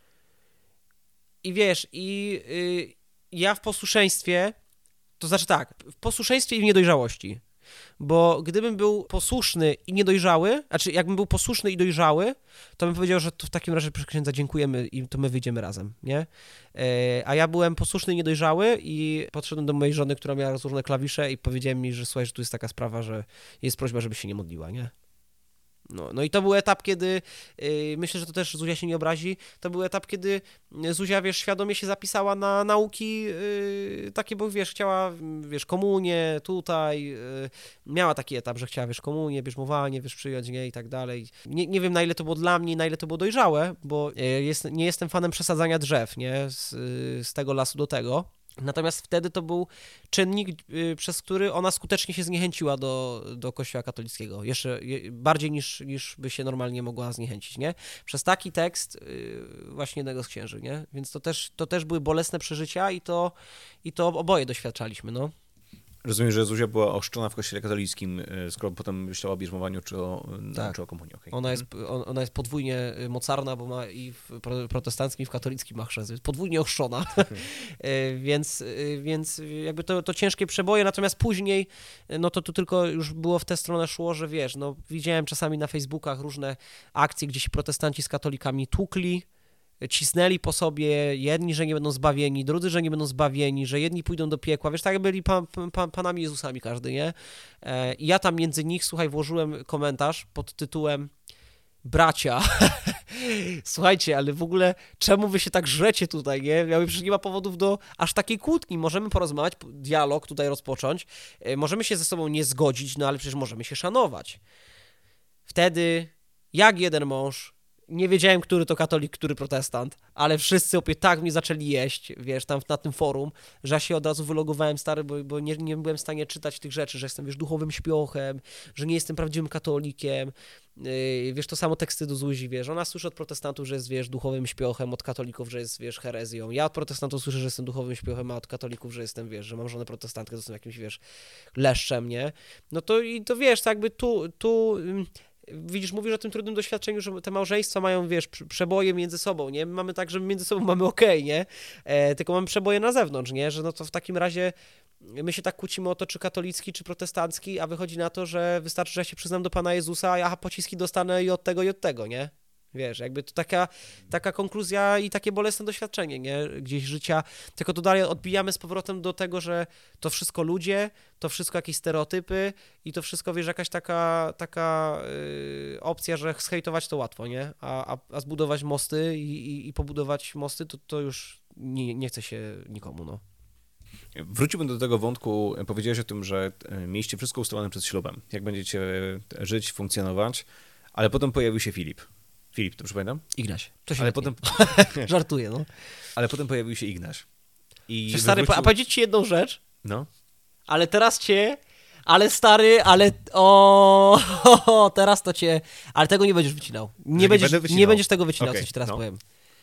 I wiesz, ja w posłuszeństwie, to znaczy tak, w posłuszeństwie i w niedojrzałości, bo gdybym był posłuszny i niedojrzały, znaczy jakbym był posłuszny i dojrzały, to bym powiedział, że to w takim razie proszę księdza dziękujemy i to my wyjdziemy razem, nie? A ja byłem posłuszny i niedojrzały i podszedłem do mojej żony, która miała rozłożone klawisze i powiedziałem mi, że słuchaj, że tu jest taka sprawa, że jest prośba, żeby się nie modliła, nie? No i to był etap, kiedy, myślę, że to też Zuzia się nie obrazi, to był etap, kiedy Zuzia, wiesz, świadomie się zapisała na nauki takie, bo wiesz, chciała, wiesz, komunię tutaj, miała taki etap, że chciała, wiesz, komunię, bierzmowanie, wiesz, przyjąć, nie, i tak dalej. Nie wiem, na ile to było dla mnie, na ile to było dojrzałe, bo nie jestem fanem przesadzania drzew, nie, z tego lasu do tego. Natomiast wtedy to był czynnik, przez który ona skutecznie się zniechęciła do Kościoła katolickiego, jeszcze bardziej niż by się normalnie mogła zniechęcić, nie? Przez taki tekst właśnie jednego z księży, nie? Więc to też były bolesne przeżycia i to oboje doświadczaliśmy, no. Rozumiem, że Zuzia była ochrzczona w kościele katolickim, skoro potem myślała o bierzmowaniu czy o komunii. Okay. Ona jest podwójnie mocarna, bo ma i w protestanckim, i w katolickim ma chrzest, jest podwójnie ochrzczona, więc jakby to ciężkie przeboje, natomiast później, no to tu tylko już było w tę stronę szło, że wiesz, no widziałem czasami na Facebookach różne akcje, gdzie się protestanci z katolikami tłukli, cisnęli po sobie, jedni, że nie będą zbawieni, drudzy, że nie będą zbawieni, że jedni pójdą do piekła, wiesz, tak byli panami Jezusami każdy, nie? I ja tam między nich, słuchaj, włożyłem komentarz pod tytułem bracia, słuchajcie, ale w ogóle czemu wy się tak żrecie tutaj, nie? Przecież nie ma powodów do aż takiej kłótni, możemy porozmawiać, dialog tutaj rozpocząć, możemy się ze sobą nie zgodzić, no ale przecież możemy się szanować. Wtedy, jak jeden mąż, nie wiedziałem, który to katolik, który protestant, ale wszyscy tak mnie zaczęli jeść, wiesz, tam na tym forum, że ja się od razu wylogowałem, stary, bo nie byłem w stanie czytać tych rzeczy, że jestem, wiesz, duchowym śpiochem, że nie jestem prawdziwym katolikiem, wiesz, to samo teksty do Zuzi, wiesz, ona słyszy od protestantów, że jest, wiesz, duchowym śpiochem, od katolików, że jest, wiesz, herezją, ja od protestantów słyszę, że jestem duchowym śpiochem, a od katolików, że jestem, wiesz, że mam żonę protestantkę, to jestem jakimś, wiesz, leszczem, nie? No to wiesz, tak jakby tu widzisz, mówisz o tym trudnym doświadczeniu, że te małżeństwa mają, wiesz, przeboje między sobą, nie? Mamy tak, że między sobą mamy okej, nie? Tylko mamy przeboje na zewnątrz, nie? Że no to w takim razie my się tak kłócimy o to, czy katolicki, czy protestancki, a wychodzi na to, że wystarczy, że ja się przyznam do Pana Jezusa, a ja pociski dostanę i od tego, nie? Wiesz, jakby to taka konkluzja i takie bolesne doświadczenie, nie? Gdzieś życia, tylko to dalej odbijamy z powrotem do tego, że to wszystko ludzie, to wszystko jakieś stereotypy i to wszystko, wiesz, jakaś taka opcja, że zhejtować to łatwo, nie? A zbudować mosty i pobudować mosty, to już nie chce się nikomu, no. Wróciłbym do tego wątku, powiedziałeś o tym, że mieliście wszystko ustalone przed ślubem, jak będziecie żyć, funkcjonować, ale potem pojawił się Filip. Filip, dobrze pamiętam? Ignaś. To się Ale potem... Żartuję, no. Ale potem pojawił się Ignaś. I Stary, a powiedzieć ci jedną rzecz? No. Ale teraz ale stary, teraz to cię, ale tego nie będziesz wycinał. Nie będziesz tego wycinał, okay, co ci teraz powiem.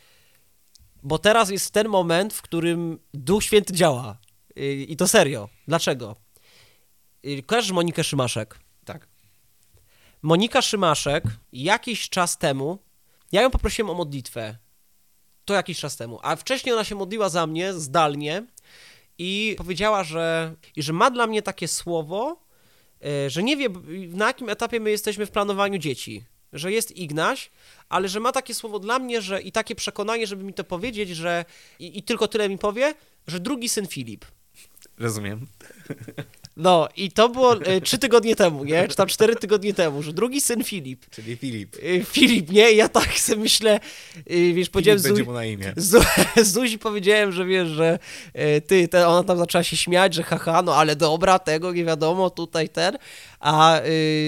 Bo teraz jest ten moment, w którym Duch Święty działa. I to serio. Dlaczego? Kojarzysz Monikę Szymaszek? Tak. Monika Szymaszek jakiś czas temu, ja ją poprosiłem o modlitwę. To jakiś czas temu. A wcześniej ona się modliła za mnie zdalnie i powiedziała, że ma dla mnie takie słowo, że nie wie, na jakim etapie my jesteśmy w planowaniu dzieci. Że jest Ignaś, ale że ma takie słowo dla mnie, że i takie przekonanie, żeby mi to powiedzieć, że i tylko tyle mi powie, że drugi syn Filip. Rozumiem. No i to było 3 tygodnie temu, nie? Czy tam 4 tygodnie temu, że drugi syn Filip. Czyli Filip. Filip, nie? Ja tak sobie myślę, wiesz, powiedziałem będzie mu na imię. Zuzi powiedziałem, że wiesz, że ona tam zaczęła się śmiać, że haha, no ale dobra, tego nie wiadomo, tutaj a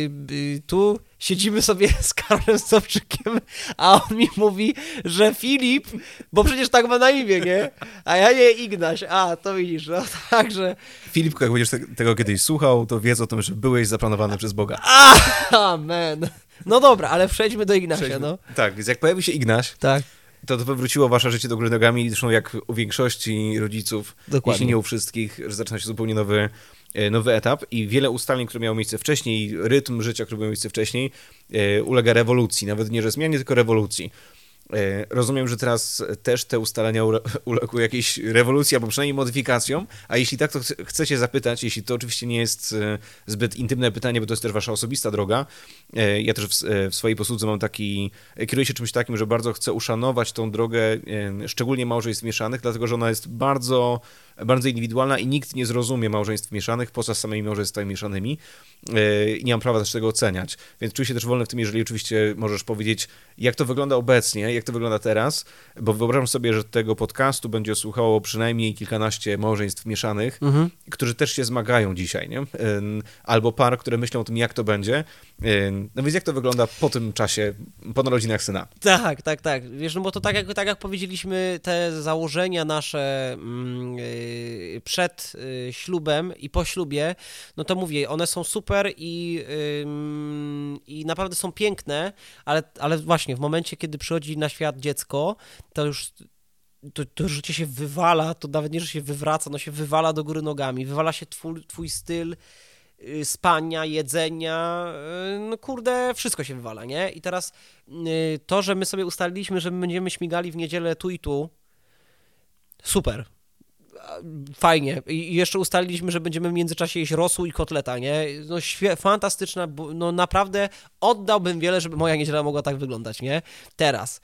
tu siedzimy sobie z Karolem Sobczykiem, a on mi mówi, że Filip, bo przecież tak ma na imię, nie? A ja nie Ignaś, to widzisz, no także... Filipku, jak będziesz tego kiedyś słuchał, to wiedz o tym, że byłeś zaplanowany przez Boga. Amen. No dobra, ale przejdźmy do Ignasia, no. Tak, więc jak pojawił się Ignaś, tak. to wywróciło wasze życie do góry nogami, zresztą jak u większości rodziców, Dokładnie. jeśli nie u wszystkich, że zaczyna się zupełnie nowy etap i wiele ustaleń, które miało miejsce wcześniej, rytm życia, który miał miejsce wcześniej, ulega rewolucji, nawet nie że zmianie, tylko rewolucji. Rozumiem, że teraz też te ustalenia uległy jakiejś rewolucji, albo przynajmniej modyfikacjom, a jeśli tak, to chcę cię zapytać, jeśli to oczywiście nie jest zbyt intymne pytanie, bo to jest też wasza osobista droga. Ja też w swojej posłudze kieruję się czymś takim, że bardzo chcę uszanować tą drogę, szczególnie małżeństw mieszanych, dlatego że ona jest bardzo, bardzo indywidualna i nikt nie zrozumie małżeństw mieszanych poza samymi małżeństwami mieszanymi i nie mam prawa też tego oceniać. Więc czuję się też wolny w tym, jeżeli oczywiście możesz powiedzieć, jak to wygląda obecnie, jak to wygląda teraz, bo wyobrażam sobie, że tego podcastu będzie słuchało przynajmniej kilkanaście małżeństw mieszanych, którzy też się zmagają dzisiaj, nie? Albo par, które myślą o tym, jak to będzie. No więc jak to wygląda po tym czasie, po narodzinach syna? Tak. Wiesz, no bo to tak jak powiedzieliśmy, te założenia nasze przed ślubem i po ślubie, no to mówię, one są super i naprawdę są piękne, ale właśnie w momencie, kiedy przychodzi na świat dziecko, to już to życie się wywala, to nawet nie, że się wywraca, no się wywala do góry nogami, wywala się twój styl spania, jedzenia, no kurde, wszystko się wywala, nie? I teraz to, że my sobie ustaliliśmy, że my będziemy śmigali w niedzielę tu i tu, super, fajnie. I jeszcze ustaliliśmy, że będziemy w międzyczasie jeść rosół i kotleta, nie? No fantastyczna, no naprawdę oddałbym wiele, żeby moja niedziela mogła tak wyglądać, nie? Teraz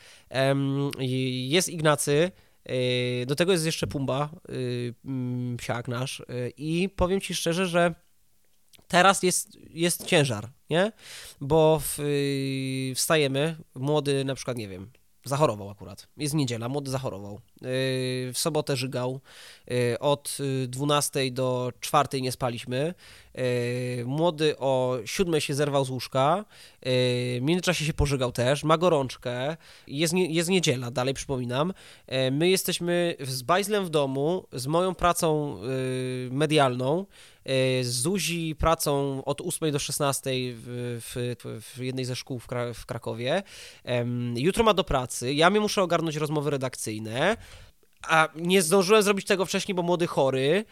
jest Ignacy, do tego jest jeszcze Pumba, psiak nasz i powiem ci szczerze, że teraz jest ciężar, nie? Bo wstajemy, młody na przykład, nie wiem, zachorował akurat. Jest niedziela, młody zachorował. W sobotę żygał. Od 12 do 4 nie spaliśmy. Młody o 7 się zerwał z łóżka. W międzyczasie się pożygał też. Ma gorączkę. Jest niedziela, dalej przypominam. My jesteśmy z bajzlem w domu, z moją pracą medialną, z Zuzi pracą od 8 do 16 w jednej ze szkół w Krakowie. Jutro ma do pracy. Ja muszę ogarnąć rozmowy redakcyjne, a nie zdążyłem zrobić tego wcześniej, bo młody chory.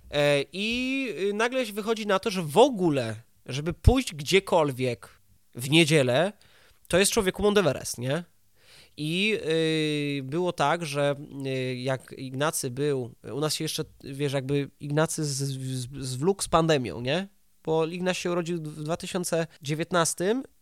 I nagle wychodzi na to, że w ogóle, żeby pójść gdziekolwiek w niedzielę, to jest człowieku Mount Everest, nie? I było tak, że jak Ignacy był, u nas się jeszcze, wiesz, jakby Ignacy zwlókł z pandemią, nie? Bo Ignacy się urodził w 2019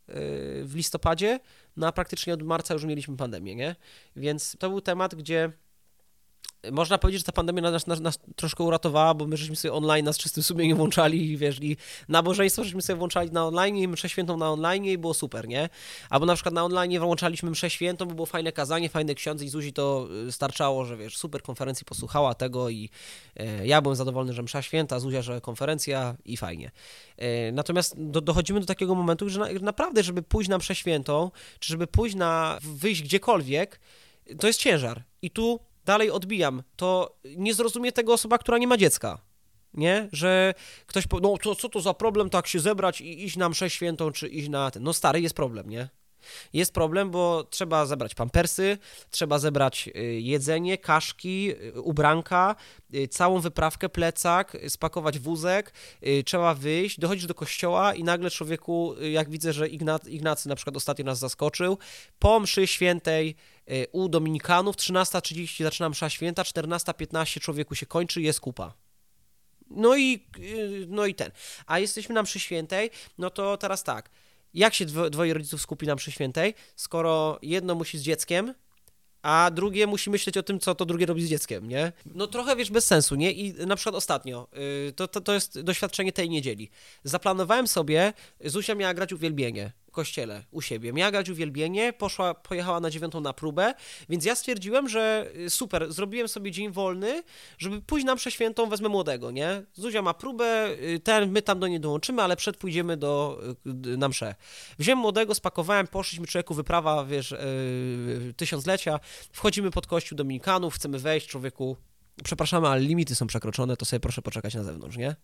w listopadzie, no a praktycznie od marca już mieliśmy pandemię, nie? Więc to był temat, gdzie można powiedzieć, że ta pandemia nas troszkę uratowała, bo my żeśmy sobie online z czystym sumieniem włączali i wiesz, i nabożeństwo żeśmy sobie włączali na online i mszę świętą na online i było super, nie? Albo na przykład na online włączaliśmy mszę świętą, bo było fajne kazanie, fajny ksiądz i Zuzi to starczało, że wiesz, super konferencji posłuchała tego i ja byłem zadowolony, że msza święta, Zuzia, że konferencja i fajnie. Natomiast dochodzimy do takiego momentu, że naprawdę, żeby pójść na mszę świętą, czy żeby pójść wyjść gdziekolwiek, to jest ciężar. I tu dalej odbijam, to nie zrozumie tego osoba, która nie ma dziecka, nie? Że ktoś powie, no to co to za problem tak się zebrać i iść na mszę świętą, czy iść na ten. No stary, jest problem, nie? Jest problem, bo trzeba zebrać pampersy, trzeba zebrać jedzenie, kaszki, ubranka, całą wyprawkę, plecak, spakować wózek, trzeba wyjść, dochodzisz do kościoła i nagle człowieku, jak widzę, że Ignacy na przykład ostatnio nas zaskoczył, po mszy świętej u dominikanów 13:30 zaczyna msza święta, 14:15 człowieku się kończy, jest kupa. No i ten. A jesteśmy na mszy świętej, no to teraz tak. Jak się dwoje rodziców skupi na mszy świętej, skoro jedno musi z dzieckiem, a drugie musi myśleć o tym, co to drugie robi z dzieckiem, nie? No trochę, wiesz, bez sensu, nie? I na przykład ostatnio, to jest doświadczenie tej niedzieli. Zaplanowałem sobie, Zuzia miała grać uwielbienie w kościele u siebie. Miała grać uwielbienie, pojechała na 9 na próbę, więc ja stwierdziłem, że super, zrobiłem sobie dzień wolny, żeby pójść na mszę świętą, wezmę młodego, nie? Zuzia ma próbę, my tam do niej dołączymy, ale pójdziemy na mszę. Wziąłem młodego, spakowałem, poszliśmy, człowieku, wyprawa, wiesz, tysiąclecia, wchodzimy pod kościół dominikanów, chcemy wejść, człowieku, przepraszamy, ale limity są przekroczone, to sobie proszę poczekać na zewnątrz, nie?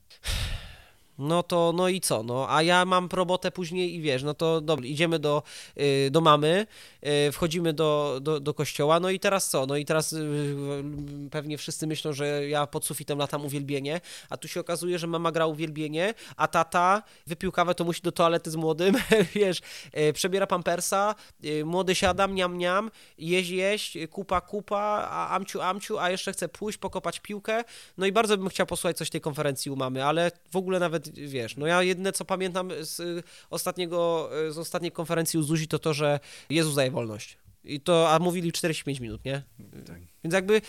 No i co, no, a ja mam robotę później i wiesz, no to dobra, idziemy do mamy, wchodzimy do kościoła, no i teraz co, no i teraz pewnie wszyscy myślą, że ja pod sufitem latam uwielbienie, a tu się okazuje, że mama gra uwielbienie, a tata wypił kawę, to musi do toalety z młodym, wiesz, przebiera pampersa, młody siada, mniam, jeść, kupa, a amciu, a jeszcze chce pójść, pokopać piłkę, no i bardzo bym chciał posłuchać coś tej konferencji u mamy, ale w ogóle nawet wiesz, no ja jedyne co pamiętam z ostatniej konferencji u Zuzi to, że Jezus daje wolność. A mówili 45 minut, nie? Tak. Więc jakby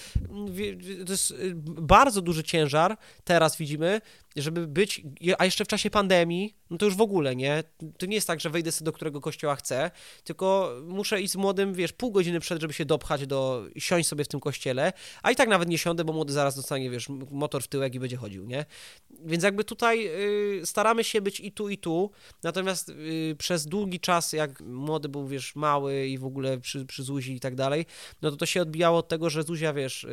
to jest bardzo duży ciężar, teraz widzimy, żeby być, a jeszcze w czasie pandemii, no to już w ogóle, nie? To nie jest tak, że wejdę sobie do którego kościoła chcę, tylko muszę iść z młodym, wiesz, pół godziny przed, żeby się dopchać siąść sobie w tym kościele, a i tak nawet nie siądę, bo młody zaraz dostanie, wiesz, motor w tyłek i będzie chodził, nie? Więc jakby tutaj staramy się być i tu, natomiast przez długi czas, jak młody był, wiesz, mały i w ogóle przy Zuzi i tak dalej, no to się odbijało od tego, że Zuzia, wiesz,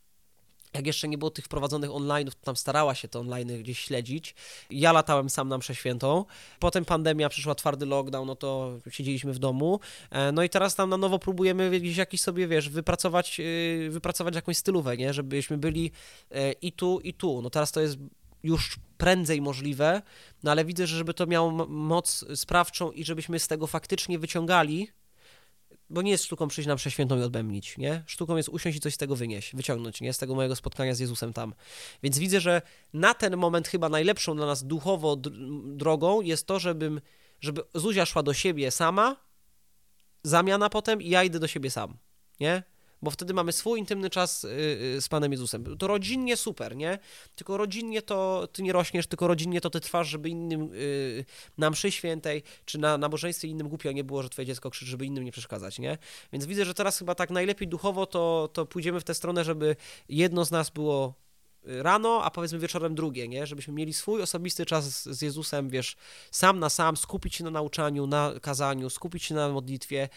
jak jeszcze nie było tych wprowadzonych online'ów, to tam starała się te online'y gdzieś śledzić. Ja latałem sam na mszę świętą. Potem pandemia, przyszła twardy lockdown, no to siedzieliśmy w domu. No i teraz tam na nowo próbujemy gdzieś jakiś sobie, wiesz, wypracować jakąś stylówę, nie? Żebyśmy byli i tu. No teraz to jest już prędzej możliwe, no ale widzę, że żeby to miało moc sprawczą i żebyśmy z tego faktycznie wyciągali, bo nie jest sztuką przyjść na mszę świętą i odbębnić, nie? Sztuką jest usiąść i coś z tego wyciągnąć, nie? Z tego mojego spotkania z Jezusem tam. Więc widzę, że na ten moment chyba najlepszą dla nas duchowo drogą jest to, żeby Zuzia szła do siebie sama, zamiana potem i ja idę do siebie sam, nie? Bo wtedy mamy swój intymny czas z Panem Jezusem. To rodzinnie super, nie? Tylko rodzinnie to ty nie rośniesz, tylko rodzinnie to ty trwasz, żeby innym na mszy świętej, czy na nabożeństwie innym głupio nie było, że twoje dziecko krzyczy, żeby innym nie przeszkadzać, nie? Więc widzę, że teraz chyba tak najlepiej duchowo to pójdziemy w tę stronę, żeby jedno z nas było rano, a powiedzmy wieczorem drugie, nie? Żebyśmy mieli swój osobisty czas z Jezusem, wiesz, sam na sam, skupić się na nauczaniu, na kazaniu, skupić się na modlitwie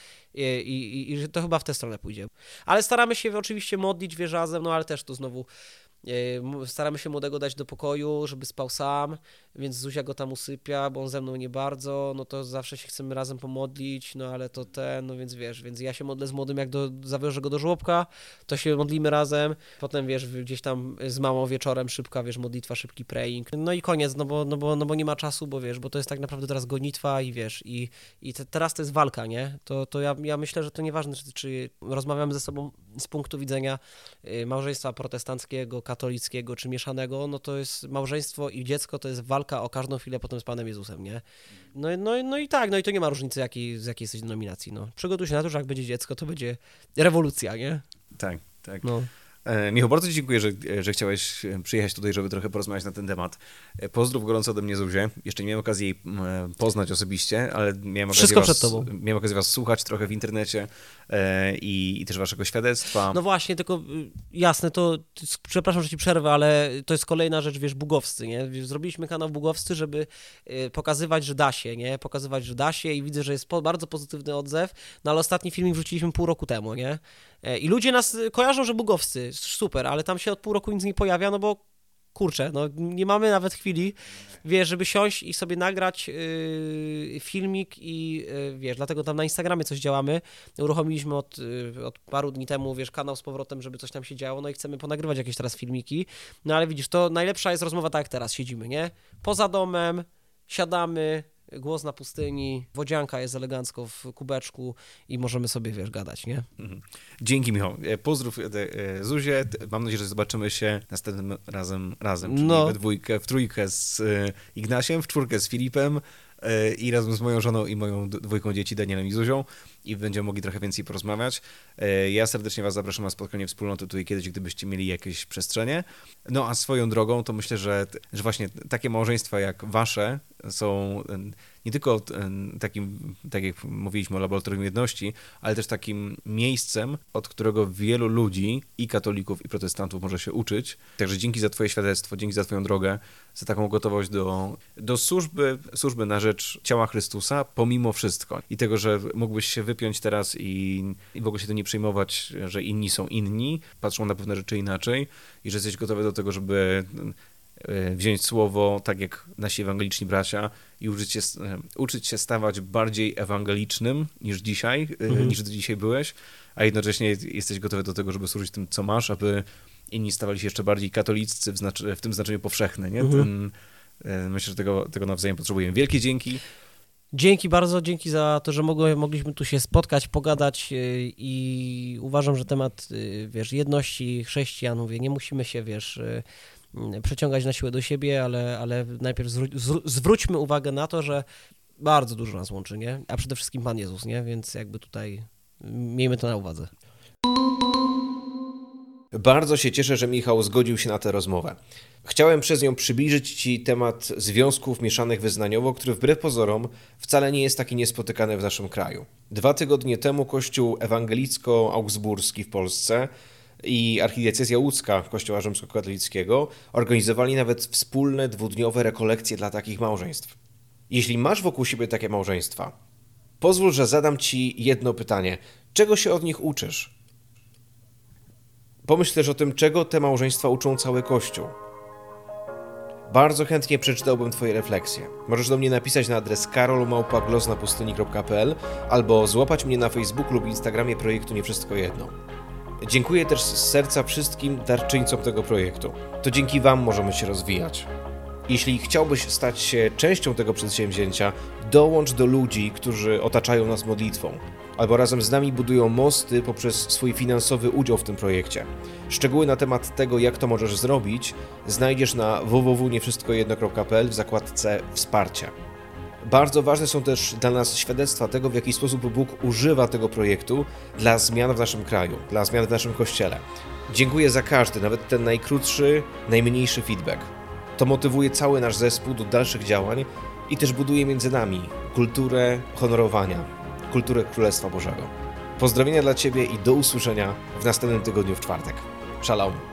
i że to chyba w tę stronę pójdzie. Ale staramy się oczywiście modlić, wiesz, razem, no ale też to znowu staramy się młodego dać do pokoju, żeby spał sam, więc Zuzia go tam usypia, bo on ze mną nie bardzo, no to zawsze się chcemy razem pomodlić, no ale no więc wiesz, więc ja się modlę z młodym, jak zawiążę go do żłobka, to się modlimy razem, potem wiesz, gdzieś tam z mamą wieczorem szybka, wiesz, modlitwa, szybki praying, no i koniec, no bo nie ma czasu, bo wiesz, bo to jest tak naprawdę teraz gonitwa i wiesz, teraz to jest walka, nie? To ja myślę, że to nieważne, czy rozmawiamy ze sobą z punktu widzenia małżeństwa protestanckiego, katolickiego czy mieszanego, no to jest małżeństwo i dziecko, to jest walka o każdą chwilę potem z Panem Jezusem, nie? No i tak, no i to nie ma różnicy, z jakiej jesteś denominacji, no. Przygotuj się na to, że jak będzie dziecko, to będzie rewolucja, nie? Tak, tak. No. Michał, bardzo Ci dziękuję, że chciałeś przyjechać tutaj, żeby trochę porozmawiać na ten temat. Pozdrów gorąco ode mnie, Zuzię. Jeszcze nie miałem okazji jej poznać osobiście, ale miałem okazję was słuchać trochę w internecie i też waszego świadectwa. No właśnie, tylko jasne, to przepraszam, że ci przerwę, ale to jest kolejna rzecz, wiesz, bugowscy, nie? Zrobiliśmy kanał bugowscy, żeby pokazywać, że da się, nie? Pokazywać, że da się i widzę, że jest bardzo pozytywny odzew, no ale ostatni filmik wrzuciliśmy pół roku temu, nie? I ludzie nas kojarzą, że bugowscy, super, ale tam się od pół roku nic nie pojawia, no bo kurczę, no nie mamy nawet chwili, wiesz, żeby siąść i sobie nagrać filmik i wiesz, dlatego tam na Instagramie coś działamy. Uruchomiliśmy od paru dni temu, wiesz, kanał z powrotem, żeby coś tam się działo, no i chcemy ponagrywać jakieś teraz filmiki. No ale widzisz, to najlepsza jest rozmowa tak jak teraz, siedzimy, nie? Poza domem, siadamy, głos na pustyni, wodzianka jest elegancko w kubeczku i możemy sobie, wiesz, gadać, nie? Dzięki, Michał. Pozdrów Zuzię. Mam nadzieję, że zobaczymy się następnym razem, czyli we dwójkę, w trójkę z Ignasiem, w czwórkę z Filipem i razem z moją żoną i moją dwójką dzieci, Danielem i Zuzią, i będziemy mogli trochę więcej porozmawiać. Ja serdecznie was zapraszam na spotkanie wspólnoty tutaj kiedyś, gdybyście mieli jakieś przestrzenie. No a swoją drogą to myślę, że właśnie takie małżeństwa jak wasze są nie tylko takim, tak jak mówiliśmy o laboratorium jedności, ale też takim miejscem, od którego wielu ludzi, i katolików, i protestantów może się uczyć. Także dzięki za twoje świadectwo, dzięki za twoją drogę, za taką gotowość do służby na rzecz ciała Chrystusa, pomimo wszystko. I tego, że mógłbyś się wypiąć teraz i w ogóle się to nie przejmować, że inni są inni, patrzą na pewne rzeczy inaczej i że jesteś gotowy do tego, żeby wziąć słowo, tak jak nasi ewangeliczni bracia, i uczyć się stawać bardziej ewangelicznym niż dzisiaj, niż ty dzisiaj byłeś, a jednocześnie jesteś gotowy do tego, żeby służyć tym, co masz, aby inni stawali się jeszcze bardziej katoliccy w tym znaczeniu powszechne, nie? Myślę, że tego nawzajem potrzebujemy. Wielkie dzięki. Dzięki bardzo, dzięki za to, że mogliśmy tu się spotkać, pogadać i uważam, że temat, wiesz, jedności chrześcijan, mówię, nie musimy się, wiesz, przeciągać na siłę do siebie, ale najpierw zwróćmy uwagę na to, że bardzo dużo nas łączy, nie? A przede wszystkim Pan Jezus, nie? Więc jakby tutaj miejmy to na uwadze. Bardzo się cieszę, że Michał zgodził się na tę rozmowę. Chciałem przez nią przybliżyć Ci temat związków mieszanych wyznaniowo, który wbrew pozorom wcale nie jest taki niespotykany w naszym kraju. 2 tygodnie temu Kościół Ewangelicko-Augsburski w Polsce i archidiecezja łódzka Kościoła Rzymskokatolickiego organizowali nawet wspólne 2-dniowe rekolekcje dla takich małżeństw. Jeśli masz wokół siebie takie małżeństwa, pozwól, że zadam Ci jedno pytanie. Czego się od nich uczysz? Pomyśl też o tym, czego te małżeństwa uczą cały Kościół. Bardzo chętnie przeczytałbym Twoje refleksje. Możesz do mnie napisać na adres karol@głosnapustyni.pl albo złapać mnie na Facebooku lub Instagramie projektu Nie Wszystko Jedno. Dziękuję też z serca wszystkim darczyńcom tego projektu. To dzięki Wam możemy się rozwijać. Jeśli chciałbyś stać się częścią tego przedsięwzięcia, dołącz do ludzi, którzy otaczają nas modlitwą, albo razem z nami budują mosty poprzez swój finansowy udział w tym projekcie. Szczegóły na temat tego, jak to możesz zrobić, znajdziesz na www.niewszystkojedno.pl w zakładce Wsparcie. Bardzo ważne są też dla nas świadectwa tego, w jaki sposób Bóg używa tego projektu dla zmian w naszym kraju, dla zmian w naszym Kościele. Dziękuję za każdy, nawet ten najkrótszy, najmniejszy feedback. To motywuje cały nasz zespół do dalszych działań i też buduje między nami kulturę honorowania, kulturę Królestwa Bożego. Pozdrowienia dla Ciebie i do usłyszenia w następnym tygodniu w czwartek. Szalom.